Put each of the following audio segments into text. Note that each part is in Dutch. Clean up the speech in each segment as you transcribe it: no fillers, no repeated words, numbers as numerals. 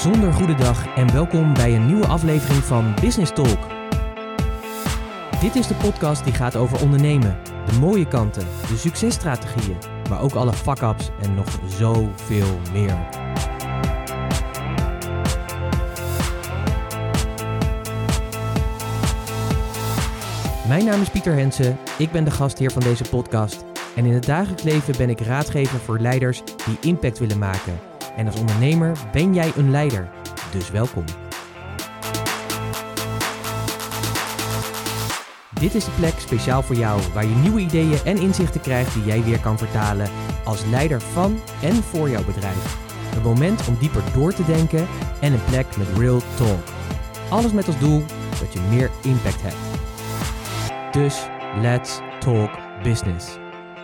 bijzonder goede dag en welkom bij een nieuwe aflevering van Business Talk. Dit is de podcast die gaat over ondernemen, de mooie kanten, de successtrategieën, maar ook alle fuck-ups en nog zoveel meer. Mijn naam is Pieter Hensen, ik ben de gastheer van deze podcast en in het dagelijks leven ben ik raadgever voor leiders die impact willen maken. En als ondernemer ben jij een leider, dus welkom. Dit is de plek speciaal voor jou, waar je nieuwe ideeën en inzichten krijgt die jij weer kan vertalen als leider van en voor jouw bedrijf. Een moment om dieper door te denken en een plek met real talk. Alles met als doel dat je meer impact hebt. Dus let's talk business.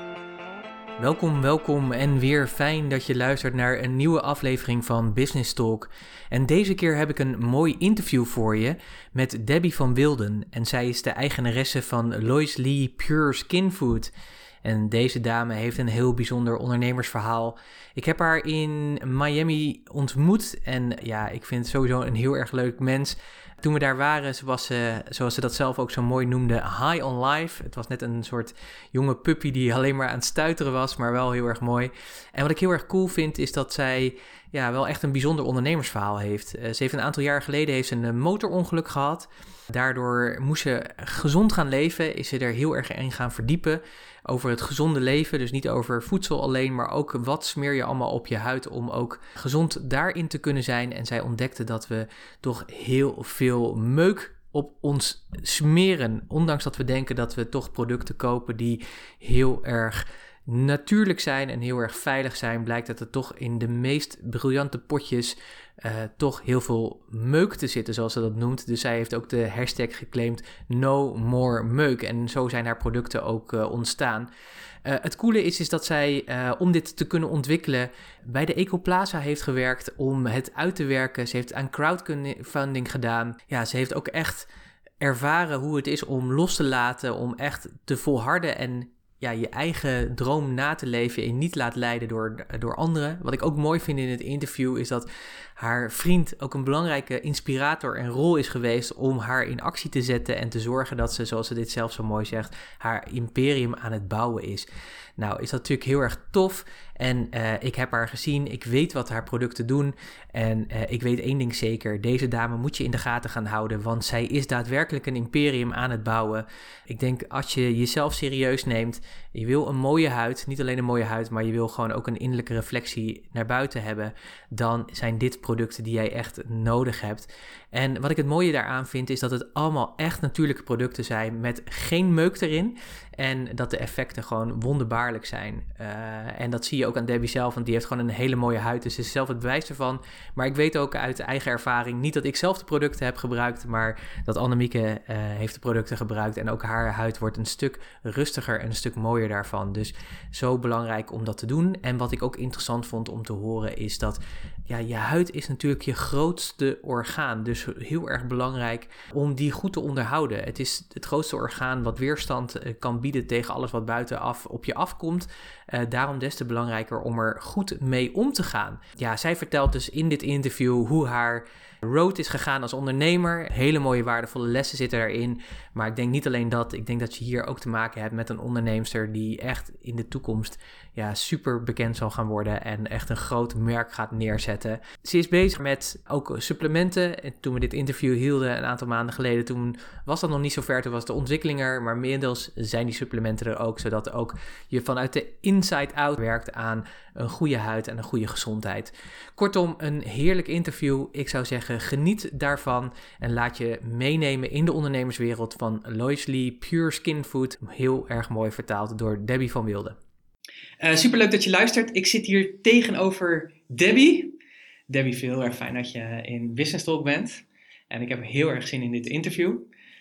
Welkom en weer fijn dat je luistert naar een nieuwe aflevering van Business Talk. En deze keer heb ik een mooi interview voor je met Debbie van Wilden. En zij is de eigenaresse van Lois Lee Pure Skin Food. En deze dame heeft een heel bijzonder ondernemersverhaal. Ik heb haar in Miami ontmoet en ja, ik vind het sowieso een heel erg leuk mens. Toen we daar waren, was ze, zoals ze dat zelf ook zo mooi noemde, high on life. Het was net een soort jonge puppy die alleen maar aan het stuiteren was, maar wel heel erg mooi. En wat ik heel erg cool vind, is dat zij wel echt een bijzonder ondernemersverhaal heeft. Ze heeft een aantal jaar geleden een motorongeluk gehad. Daardoor moest ze gezond gaan leven, is ze er heel erg in gaan verdiepen over het gezonde leven. Dus niet over voedsel alleen, maar ook wat smeer je allemaal op je huid om ook gezond daarin te kunnen zijn. En zij ontdekte dat we toch heel veel meuk op ons smeren. Ondanks dat we denken dat we toch producten kopen die heel erg natuurlijk zijn en heel erg veilig zijn, blijkt dat er toch in de meest briljante potjes toch heel veel meuk te zitten, zoals ze dat noemt. Dus zij heeft ook de hashtag geclaimd No More Meuk. En zo zijn haar producten ook ontstaan. Het coole is dat zij, om dit te kunnen ontwikkelen, bij de Ecoplaza heeft gewerkt om het uit te werken. Ze heeft aan crowdfunding gedaan. Ja, ze heeft ook echt ervaren hoe het is om los te laten, om echt te volharden en je eigen droom na te leven en niet laat leiden door anderen. Wat ik ook mooi vind in het interview is dat haar vriend ook een belangrijke inspirator en rol is geweest om haar in actie te zetten en te zorgen dat ze, zoals ze dit zelf zo mooi zegt, haar imperium aan het bouwen is. Nou, is dat natuurlijk heel erg tof en ik heb haar gezien, ik weet wat haar producten doen en ik weet één ding zeker, deze dame moet je in de gaten gaan houden, want zij is daadwerkelijk een imperium aan het bouwen. Ik denk als je jezelf serieus neemt, je wil een mooie huid, niet alleen een mooie huid, maar je wil gewoon ook een innerlijke reflectie naar buiten hebben, dan zijn dit producten die jij echt nodig hebt. En wat ik het mooie daaraan vind, is dat het allemaal echt natuurlijke producten zijn met geen meuk erin en dat de effecten gewoon wonderbaarlijk zijn. En dat zie je ook aan Debbie zelf, want die heeft gewoon een hele mooie huid, dus ze is zelf het bewijs ervan. Maar ik weet ook uit eigen ervaring, niet dat ik zelf de producten heb gebruikt, maar dat Annemieke heeft de producten gebruikt en ook haar huid wordt een stuk rustiger en een stuk mooier daarvan. Dus zo belangrijk om dat te doen. En wat ik ook interessant vond om te horen is dat je huid is natuurlijk je grootste orgaan. Dus heel erg belangrijk om die goed te onderhouden. Het is het grootste orgaan wat weerstand kan bieden tegen alles wat buitenaf op je afkomt. Daarom des te belangrijker om er goed mee om te gaan. Ja, zij vertelt dus in dit interview hoe haar road is gegaan als ondernemer. Hele mooie waardevolle lessen zitten erin. Maar ik denk niet alleen dat. Ik denk dat je hier ook te maken hebt met een onderneemster die echt in de toekomst super bekend zal gaan worden en echt een groot merk gaat neerzetten. Ze is bezig met ook supplementen. En toen we dit interview hielden een aantal maanden geleden, toen was dat nog niet zo ver. Toen was de ontwikkeling er, maar inmiddels zijn die supplementen er ook, zodat ook je vanuit de inside out werkt aan een goede huid en een goede gezondheid. Kortom, een heerlijk interview. Ik zou zeggen, geniet daarvan en laat je meenemen in de ondernemerswereld van Lois Lee Pure Skin Food. Heel erg mooi vertaald door Debbie van Wilden. Superleuk dat je luistert. Ik zit hier tegenover Debbie. Debbie, heel erg fijn dat je in Business Talk bent. En ik heb heel erg zin in dit interview.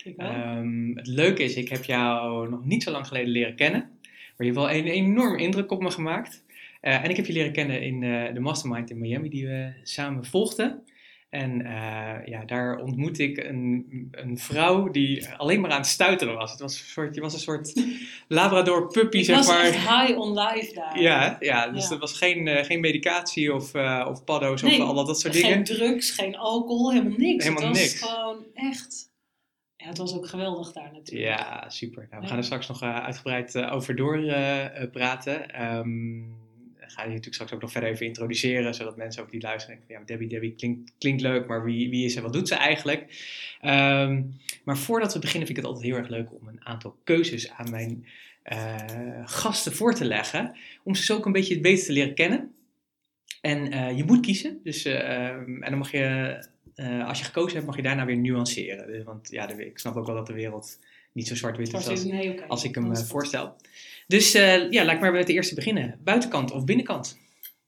Het leuke is, ik heb jou nog niet zo lang geleden leren kennen. Maar je hebt wel een enorme indruk op me gemaakt. En ik heb je leren kennen in de Mastermind in Miami die we samen volgden. En daar ontmoette ik een vrouw die alleen maar aan het stuiteren was. Je was een soort Labrador puppy, zeg maar. Het was echt high on life daar. Ja, dus er was geen medicatie of paddo's of al dat soort dingen. Geen drugs, geen alcohol, helemaal niks. Het was gewoon echt... Ja, het was ook geweldig daar natuurlijk. Ja, super. Nou, we gaan er straks nog uitgebreid over doorpraten. Ga je natuurlijk straks ook nog verder even introduceren, zodat mensen ook die luisteren denken van Debbie klinkt leuk, maar wie is ze, wat doet ze eigenlijk? Maar voordat we beginnen vind ik het altijd heel erg leuk om een aantal keuzes aan mijn gasten voor te leggen, om ze zo ook een beetje beter te leren kennen. En je moet kiezen, dus, en dan mag je, als je gekozen hebt, mag je daarna weer nuanceren. Dus, want ik snap ook wel dat de wereld niet zo zwart-wit is als ik hem voorstel. Dus laat ik maar met de eerste beginnen. Buitenkant of binnenkant?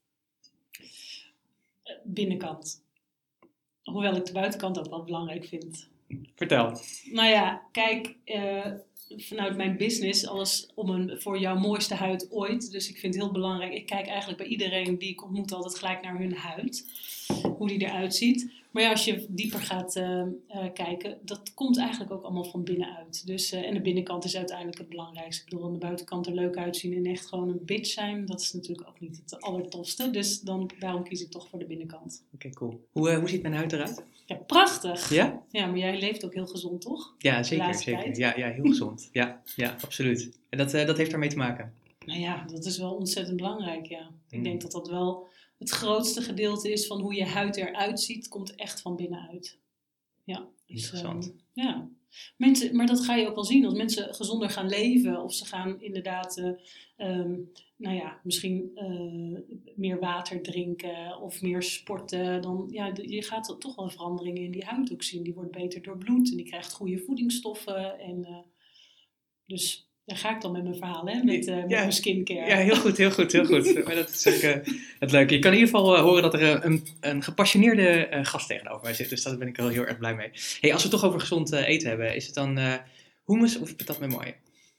Binnenkant. Hoewel ik de buitenkant ook wel belangrijk vind. Vertel. Nou ja, kijk, vanuit mijn business, alles voor jouw mooiste huid ooit. Dus ik vind het heel belangrijk. Ik kijk eigenlijk bij iedereen die ik ontmoet altijd gelijk naar hun huid. Hoe die eruit ziet. Maar ja, als je dieper gaat kijken, dat komt eigenlijk ook allemaal van binnenuit. Dus, en de binnenkant is uiteindelijk het belangrijkste. Ik bedoel, aan de buitenkant er leuk uitzien en echt gewoon een bitch zijn. Dat is natuurlijk ook niet het allertofste. Dus daarom kies ik toch voor de binnenkant. Oké, cool. Hoe ziet mijn huid eruit? Ja, prachtig. Ja? Ja, maar jij leeft ook heel gezond, toch? Ja, zeker. Ja, heel gezond. Ja, absoluut. En dat heeft daarmee te maken? Nou ja, dat is wel ontzettend belangrijk, ja. Ik denk dat wel het grootste gedeelte is van hoe je huid eruit ziet, komt echt van binnenuit. Ja. Dus, interessant. Ja. Mensen, maar dat ga je ook wel zien. Als mensen gezonder gaan leven of ze gaan inderdaad misschien meer water drinken of meer sporten, dan je gaat toch wel veranderingen in die huid ook zien. Die wordt beter doorbloed en die krijgt goede voedingsstoffen. En dus daar ga ik dan met mijn verhaal, hè? Met mijn skincare. Ja, heel goed. Maar dat is ook het leuke. Je kan in ieder geval horen dat er een gepassioneerde gast tegenover mij zit. Dus daar ben ik wel heel erg blij mee. Hey, als we het toch over gezond eten hebben, is het dan hummus of patat met mayo?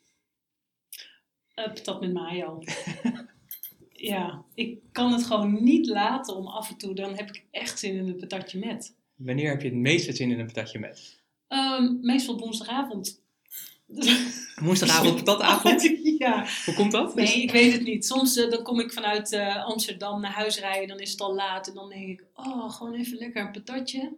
Patat met mayo. Ja, ik kan het gewoon niet laten om af en toe, dan heb ik echt zin in een patatje met. Wanneer heb je het meeste zin in een patatje met? Meestal woensdagavond. Woensdagavond, patatavond? Ja. Hoe komt dat? Nee, ik weet het niet. Soms dan kom ik vanuit Amsterdam naar huis rijden, dan is het al laat en dan denk ik, gewoon even lekker een patatje.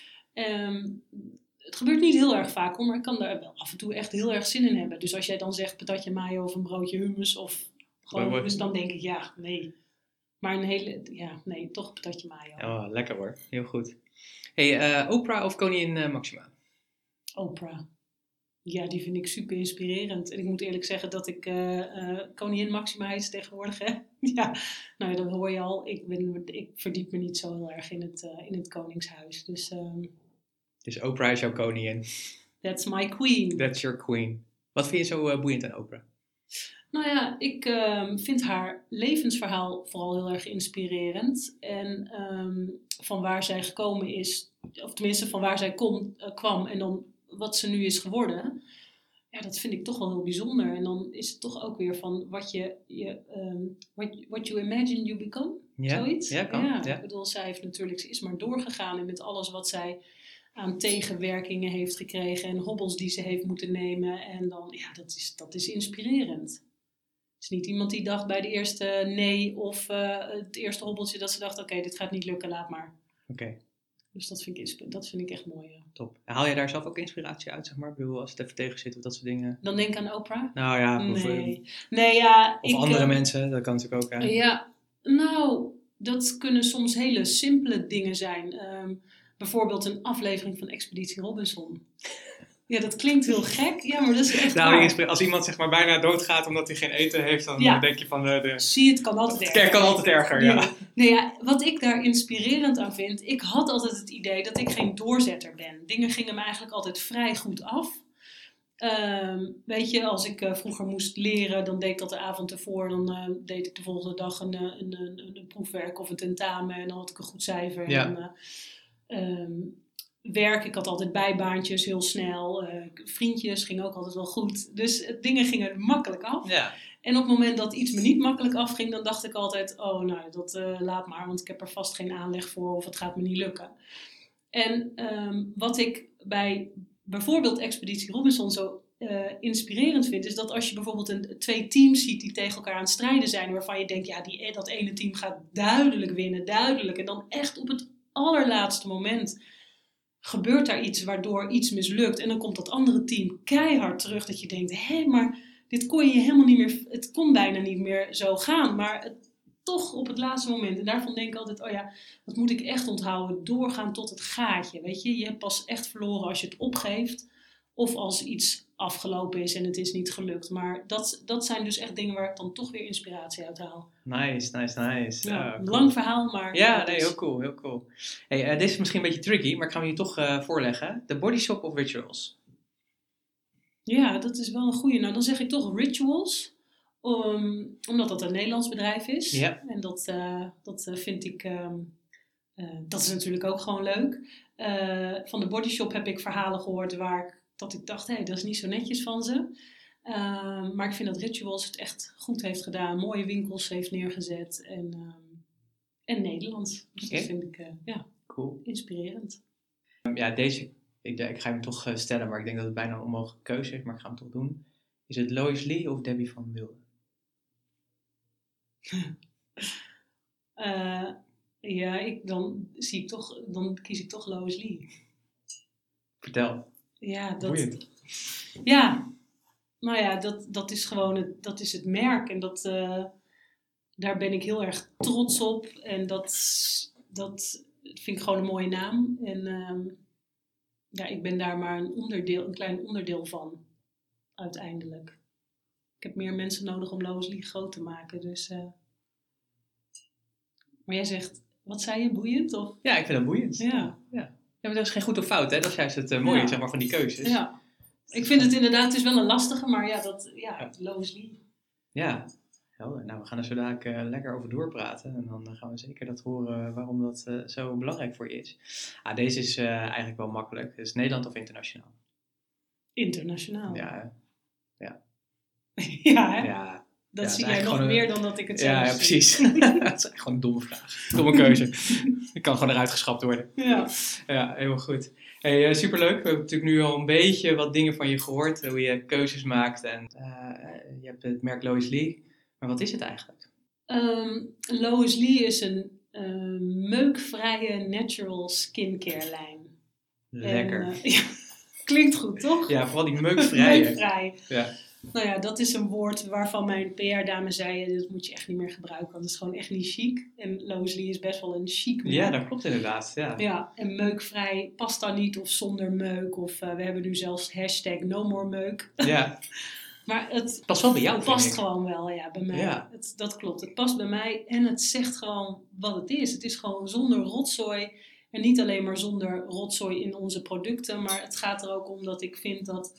Het gebeurt niet heel erg vaak hoor, maar ik kan daar wel af en toe echt heel erg zin in hebben. Dus als jij dan zegt patatje mayo of een broodje hummus of gewoon hummus, dan denk ik nee. Maar toch patatje mayo. Oh, lekker hoor. Heel goed. Hey, Oprah of koningin Maxima? Oprah. Ja, die vind ik super inspirerend. En ik moet eerlijk zeggen dat ik koningin Maxima heet tegenwoordig, hè? Ja, nou ja, dat hoor je al. Ik verdiep me niet zo heel erg in het koningshuis. Dus Oprah is jouw koningin. That's my queen. That's your queen. Wat vind je zo boeiend aan Oprah? Nou ja, ik vind haar levensverhaal vooral heel erg inspirerend. En van waar zij gekomen is, of tenminste van waar zij kwam en dan wat ze nu is geworden. Ja, dat vind ik toch wel heel bijzonder. En dan is het toch ook weer van what you imagine you become. Zoiets. Ja, kan. Ja. Ik bedoel, ze is maar doorgegaan en met alles wat zij aan tegenwerkingen heeft gekregen en hobbels die ze heeft moeten nemen. En dan, dat is inspirerend. Het is niet iemand die dacht bij de eerste nee of het eerste hobbeltje dat ze dacht, oké, dit gaat niet lukken, laat maar. Oké. Dus dat vind ik echt mooi. Ja. Top. Haal jij daar zelf ook inspiratie uit, zeg maar? Ik bedoel, als het even tegen zit of dat soort dingen. Dan denk ik aan Oprah? Nou ja. Of andere mensen, dat kan natuurlijk ook. Hè? Ja, nou, dat kunnen soms hele simpele dingen zijn. Bijvoorbeeld een aflevering van Expeditie Robinson. Ja, dat klinkt heel gek. Ja, maar dat is echt waar. Als iemand zeg maar bijna doodgaat omdat hij geen eten heeft, dan denk je van... Zie, het kan altijd erger. Het kan altijd erger, ja. Nee, ja. Wat ik daar inspirerend aan vind, ik had altijd het idee dat ik geen doorzetter ben. Dingen gingen me eigenlijk altijd vrij goed af. Weet je, als ik vroeger moest leren, dan deed ik dat de avond ervoor. Dan deed ik de volgende dag een proefwerk of een tentamen en dan had ik een goed cijfer. Ja. Werk, ik had altijd bijbaantjes heel snel. Vriendjes ging ook altijd wel goed. Dus dingen gingen makkelijk af. Ja. En op het moment dat iets me niet makkelijk afging, dan dacht ik altijd, dat laat maar, want ik heb er vast geen aanleg voor of het gaat me niet lukken. En wat ik bij bijvoorbeeld Expeditie Robinson zo inspirerend vind, is dat als je bijvoorbeeld twee teams ziet die tegen elkaar aan het strijden zijn, waarvan je denkt, ja, dat ene team gaat duidelijk winnen, duidelijk. En dan echt op het allerlaatste moment gebeurt daar iets waardoor iets mislukt. En dan komt dat andere team keihard terug, dat je denkt, maar dit kon je helemaal niet meer, het kon bijna niet meer zo gaan. Maar toch op het laatste moment. En daarvan denk ik altijd, dat moet ik echt onthouden. Doorgaan tot het gaatje, weet je. Je hebt pas echt verloren als je het opgeeft. Of als iets afgelopen is en het is niet gelukt. Maar dat zijn dus echt dingen waar ik dan toch weer inspiratie uit haal. Nice. Ja, Cool. Lang verhaal, maar... Ja, nee, heel cool. Hey, deze is misschien een beetje tricky, maar ik ga hem je toch voorleggen. De Body Shop of Rituals? Ja, dat is wel een goeie. Nou, dan zeg ik toch Rituals. Omdat dat een Nederlands bedrijf is. Ja. En dat vind ik... dat is natuurlijk ook gewoon leuk. Van de Body Shop heb ik verhalen gehoord dat ik dacht, dat is niet zo netjes van ze. Maar ik vind dat Rituals het echt goed heeft gedaan. Mooie winkels heeft neergezet. En Nederlands. Dus dat vind ik cool. Inspirerend. Ja, deze... Ik ga hem toch stellen, maar ik denk dat het bijna een onmogelijke keuze is. Maar ik ga hem toch doen. Is het Lois Lee of Debbie van Wilden? Dan kies ik toch Lois Lee. Vertel. Ja, Boeiend. Ja, nou ja, dat is gewoon dat is het merk. En daar ben ik heel erg trots op. En dat vind ik gewoon een mooie naam. En ik ben daar maar een klein onderdeel van, uiteindelijk. Ik heb meer mensen nodig om Lois Lee groot te maken. Dus, maar jij zegt, wat zei je, boeiend? Of? Ja, ik vind dat boeiend. Ja, maar dat is geen goed of fout, hè? Dat is juist het mooie, zeg maar, van die keuzes. Ja, ik vind het inderdaad, het is wel een lastige, maar Lois Lee. Ja, helder. Nou, we gaan er zo dadelijk lekker over doorpraten. En dan gaan we zeker dat horen waarom dat zo belangrijk voor je is. Deze is eigenlijk wel makkelijk. Is Nederland of internationaal? Internationaal. Ja. Ja, hè? Ja. Dat zie jij nog meer dan dat ik het zelf zie. Ja, precies. Dat is eigenlijk gewoon een domme vraag. Domme keuze. Ik kan gewoon eruit geschrapt worden. Ja, heel goed. Hey, superleuk. We hebben natuurlijk nu al een beetje wat dingen van je gehoord. Hoe je keuzes maakt. En je hebt het merk Lois Lee. Maar wat is het eigenlijk? Lois Lee is een meukvrije natural skincare lijn. Lekker. Klinkt goed, toch? Ja, vooral die meukvrije. Meukvrij. Ja. Nou ja, dat is een woord waarvan mijn PR-dame zei, dat moet je echt niet meer gebruiken, want dat is gewoon echt niet chic. En Lois Lee is best wel een chic merk. Ja, dat klopt inderdaad. Ja, en meukvrij past dan niet of zonder meuk. Of we hebben nu zelfs #NoMoreMeuk. Ja. Maar het past wel bij jou, past gewoon wel, bij mij. Ja. Dat klopt, het past bij mij en het zegt gewoon wat het is. Het is gewoon zonder rotzooi. En niet alleen maar zonder rotzooi in onze producten, maar het gaat er ook om dat ik vind dat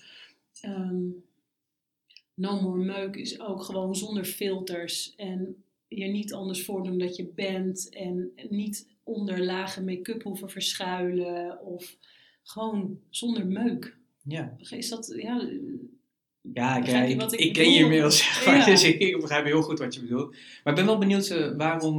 No More Meuk is ook gewoon zonder filters. En je niet anders voordoen dat je bent. En niet onder lage make-up hoeven verschuilen. Of gewoon zonder meuk. Ja. Is dat, Ja, ik ken je inmiddels, dus ik begrijp heel goed wat je bedoelt. Maar ik ben wel benieuwd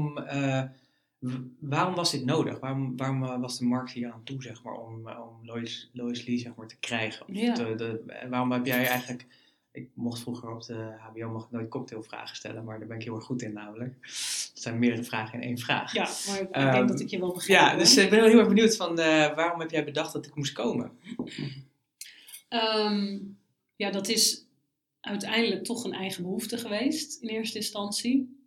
waarom was dit nodig? Waarom was de markt hier aan toe, zeg maar, om Lois Lee, zeg maar, te krijgen? Ja. Waarom heb jij eigenlijk... Ik mocht vroeger op de HBO nooit cocktailvragen stellen, maar daar ben ik heel erg goed in namelijk. Het zijn meerdere vragen in één vraag. Ja, maar ik denk dat ik je wel begrijp. Ja, dus ik ben wel heel erg benieuwd van waarom heb jij bedacht dat ik moest komen? Dat is uiteindelijk toch een eigen behoefte geweest in eerste instantie.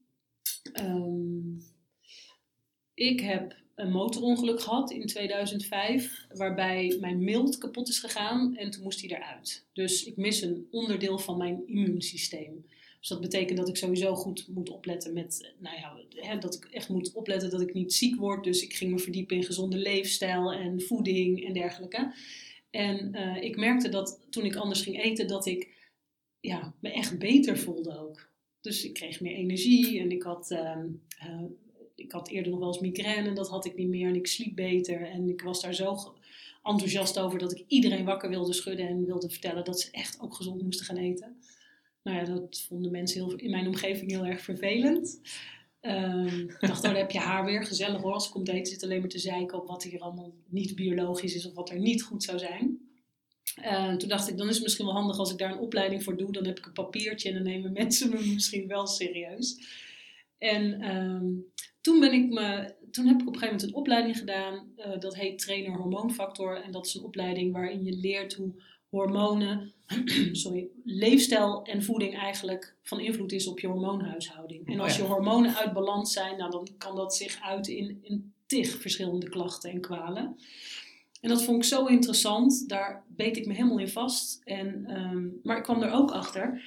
Ik heb een motorongeluk gehad in 2005, waarbij mijn milt kapot is gegaan en toen moest hij eruit. Dus ik mis een onderdeel van mijn immuunsysteem. Dus dat betekent dat ik sowieso goed moet opletten met, dat ik echt moet opletten dat ik niet ziek word. Dus ik ging me verdiepen in gezonde leefstijl en voeding en dergelijke. En ik merkte dat toen ik anders ging eten, dat ik me echt beter voelde ook. Dus ik kreeg meer energie en ik had eerder nog wel eens migraine, dat had ik niet meer en ik sliep beter. En ik was daar zo enthousiast over dat ik iedereen wakker wilde schudden en wilde vertellen dat ze echt ook gezond moesten gaan eten. Nou ja, dat vonden mensen in mijn omgeving heel erg vervelend. Ik dacht, daar heb je haar weer. Gezellig hoor, als ik komt eten zit alleen maar te zeiken op wat hier allemaal niet biologisch is of wat er niet goed zou zijn. Toen dacht ik, dan is het misschien wel handig als ik daar een opleiding voor doe. Dan heb ik een papiertje en dan nemen mensen me misschien wel serieus. En toen heb ik op een gegeven moment een opleiding gedaan. Dat heet Trainer Hormoonfactor. En dat is een opleiding waarin je leert hoe hormonen, leefstijl en voeding eigenlijk van invloed is op je hormoonhuishouding. En als je hormonen uit balans zijn, dan kan dat zich uiten in tig verschillende klachten en kwalen. En dat vond ik zo interessant. Daar beet ik me helemaal in vast. Maar ik kwam er ook achter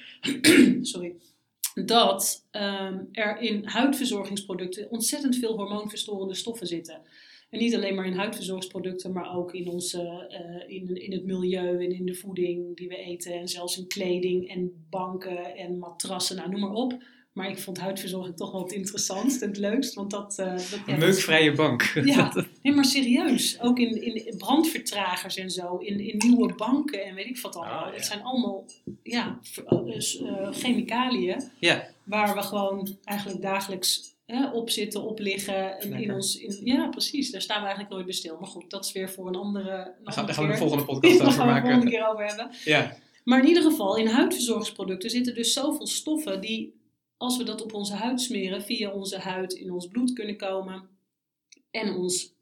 dat er in huidverzorgingsproducten ontzettend veel hormoonverstorende stoffen zitten. En niet alleen maar in huidverzorgingsproducten, maar ook in, in het milieu en in de voeding die we eten. En zelfs in kleding en banken en matrassen, nou noem maar op. Maar ik vond huidverzorging toch wel het interessantst en het leukst. Want meukvrije bank. Ja, nee, maar serieus. Ook in brandvertragers en zo. In nieuwe banken en weet ik wat allemaal. Het zijn allemaal chemicaliën. Ja. Waar we gewoon eigenlijk dagelijks op zitten, op liggen. En precies. Daar staan we eigenlijk nooit bij stil. Maar goed, dat is weer voor een andere Daar gaan we de volgende podcast over maken. Daar gaan we de volgende keer over hebben. Ja. Maar in ieder geval, in huidverzorgingsproducten zitten dus zoveel stoffen die, als we dat op onze huid smeren, via onze huid in ons bloed kunnen komen. En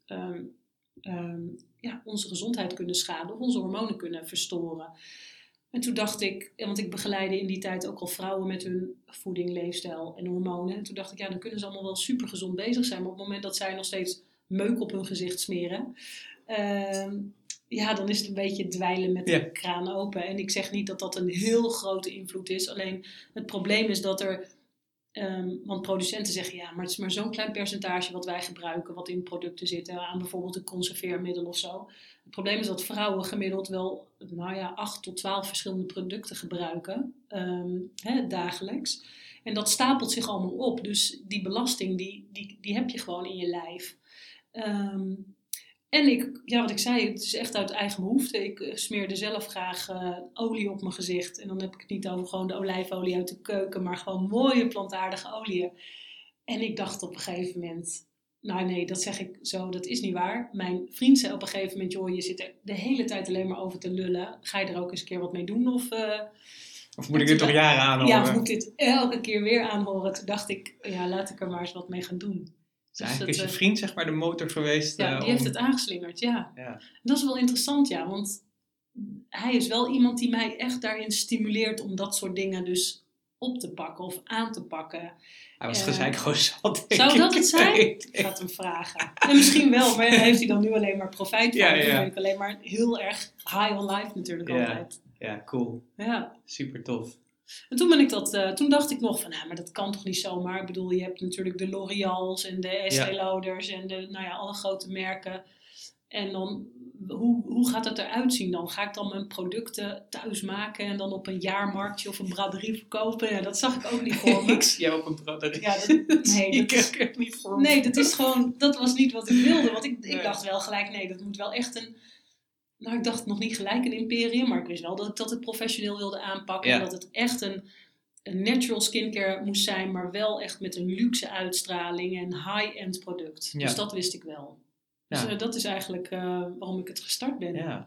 onze gezondheid kunnen schaden of onze hormonen kunnen verstoren. En toen dacht ik, want ik begeleidde in die tijd ook al vrouwen met hun voeding, leefstijl en hormonen. En toen dacht ik, dan kunnen ze allemaal wel super gezond bezig zijn. Maar op het moment dat zij nog steeds meuk op hun gezicht smeren, dan is het een beetje dweilen met de kraan open. En ik zeg niet dat dat een heel grote invloed is. Alleen het probleem is dat er, want producenten zeggen, maar het is maar zo'n klein percentage wat wij gebruiken, wat in producten zit, aan bijvoorbeeld een conserveermiddel of zo. Het probleem is dat vrouwen gemiddeld wel 8 tot 12 verschillende producten gebruiken, dagelijks. En dat stapelt zich allemaal op. Dus die belasting, die heb je gewoon in je lijf. En wat ik zei, het is echt uit eigen behoefte. Ik smeerde zelf graag olie op mijn gezicht. En dan heb ik het niet over gewoon de olijfolie uit de keuken, maar gewoon mooie plantaardige oliën. En ik dacht op een gegeven moment, nee, dat zeg ik zo, dat is niet waar. Mijn vriend zei op een gegeven moment, joh, je zit er de hele tijd alleen maar over te lullen. Ga je er ook eens een keer wat mee doen? Of moet ik dit toch jaren aanhoren? Ja, of moet ik dit elke keer weer aanhoren? Toen dacht ik, laat ik er maar eens wat mee gaan doen. Dus eigenlijk is je vriend zeg maar de motor geweest. Ja, die heeft het aangeslingerd, ja. Dat is wel interessant, want hij is wel iemand die mij echt daarin stimuleert om dat soort dingen dus op te pakken of aan te pakken. Hij was gezeikgoos. Zou dat het zijn? Ik ga het hem vragen. En misschien wel, maar heeft hij dan nu alleen maar profijt van. Dan ben ik alleen maar heel erg high on life natuurlijk altijd. Ja, cool. Ja. Super tof. En toen dacht ik nog van, maar dat kan toch niet zomaar. Ik bedoel, je hebt natuurlijk de L'Oreal's en de Estée Lauders en alle grote merken. En dan, hoe gaat het eruit zien dan? Ga ik dan mijn producten thuis maken en dan op een jaarmarktje of een braderie verkopen? Ja, dat zag ik ook niet voor me. Ik zie jou op een braderie. Ja, dat niet voor me. Nee, dat was niet wat ik wilde. Want ik dacht wel gelijk, dat moet wel echt een... Nou, ik dacht nog niet gelijk een imperium, maar ik wist wel dat ik dat professioneel wilde aanpakken. En dat het echt een natural skincare moest zijn, maar wel echt met een luxe uitstraling en high-end product. Ja. Dus dat wist ik wel. Dus dat is eigenlijk waarom ik het gestart ben. Ja.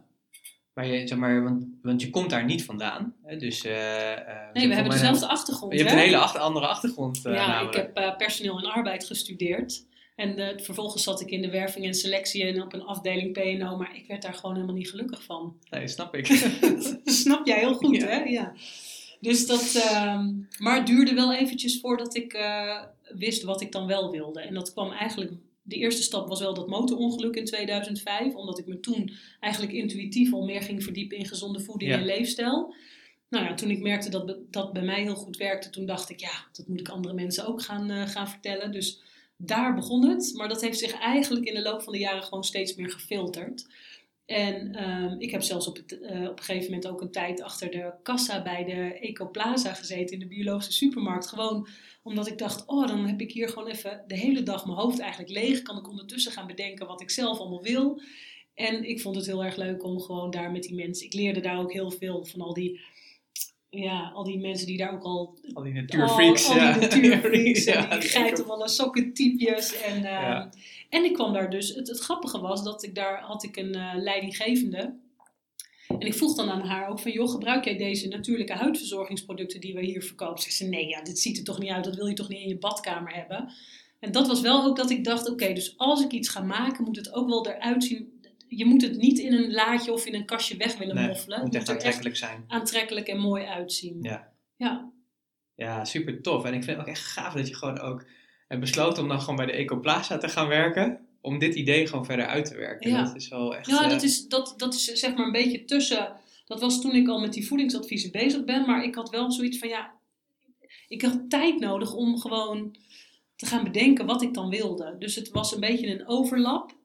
Maar want je komt daar niet vandaan. Hè? Dus, nee, we hebben dezelfde achtergrond. Je hebt een hele andere achtergrond. Ik heb personeel en arbeid gestudeerd. En vervolgens zat ik in de werving en selectie en op een afdeling P&O, maar ik werd daar gewoon helemaal niet gelukkig van. Nee, snap ik. Snap jij heel goed, hè? Ja. Dus maar het duurde wel eventjes voordat ik wist wat ik dan wel wilde. En dat kwam eigenlijk, de eerste stap was wel dat motorongeluk in 2005, omdat ik me toen eigenlijk intuïtief al meer ging verdiepen in gezonde voeding en leefstijl. Toen ik merkte dat dat bij mij heel goed werkte, toen dacht ik, dat moet ik andere mensen ook gaan vertellen. Dus daar begon het, maar dat heeft zich eigenlijk in de loop van de jaren gewoon steeds meer gefilterd. En ik heb zelfs op een gegeven moment ook een tijd achter de kassa bij de Ecoplaza gezeten in de biologische supermarkt. Gewoon omdat ik dacht, dan heb ik hier gewoon even de hele dag mijn hoofd eigenlijk leeg. Kan ik ondertussen gaan bedenken wat ik zelf allemaal wil. En ik vond het heel erg leuk om gewoon daar met die mensen, ik leerde daar ook heel veel van al die al die mensen die daar ook al... Al die natuurfreaks. Al die natuurfreaks Ja, en die geitenwolle sokkentypjes. Ja. En ik kwam daar dus... Het grappige was dat had ik een leidinggevende. En ik vroeg dan aan haar ook van... joh, gebruik jij deze natuurlijke huidverzorgingsproducten die we hier verkopen? Ze zei, nee, dit ziet er toch niet uit. Dat wil je toch niet in je badkamer hebben? En dat was wel ook dat ik dacht... Oké, dus als ik iets ga maken, moet het ook wel eruit zien... Je moet het niet in een laadje of in een kastje weg willen moffelen. Het moet echt aantrekkelijk zijn. Aantrekkelijk en mooi uitzien. Ja, super tof. En ik vind het ook echt gaaf dat je gewoon ook hebt besloten om dan gewoon bij de Ecoplaza te gaan werken. Om dit idee gewoon verder uit te werken. Ja. Dat is wel echt... Ja, dat is zeg maar een beetje tussen... Dat was toen ik al met die voedingsadviezen bezig ben. Maar ik had wel zoiets van ik had tijd nodig om gewoon te gaan bedenken wat ik dan wilde. Dus het was een beetje een overlap.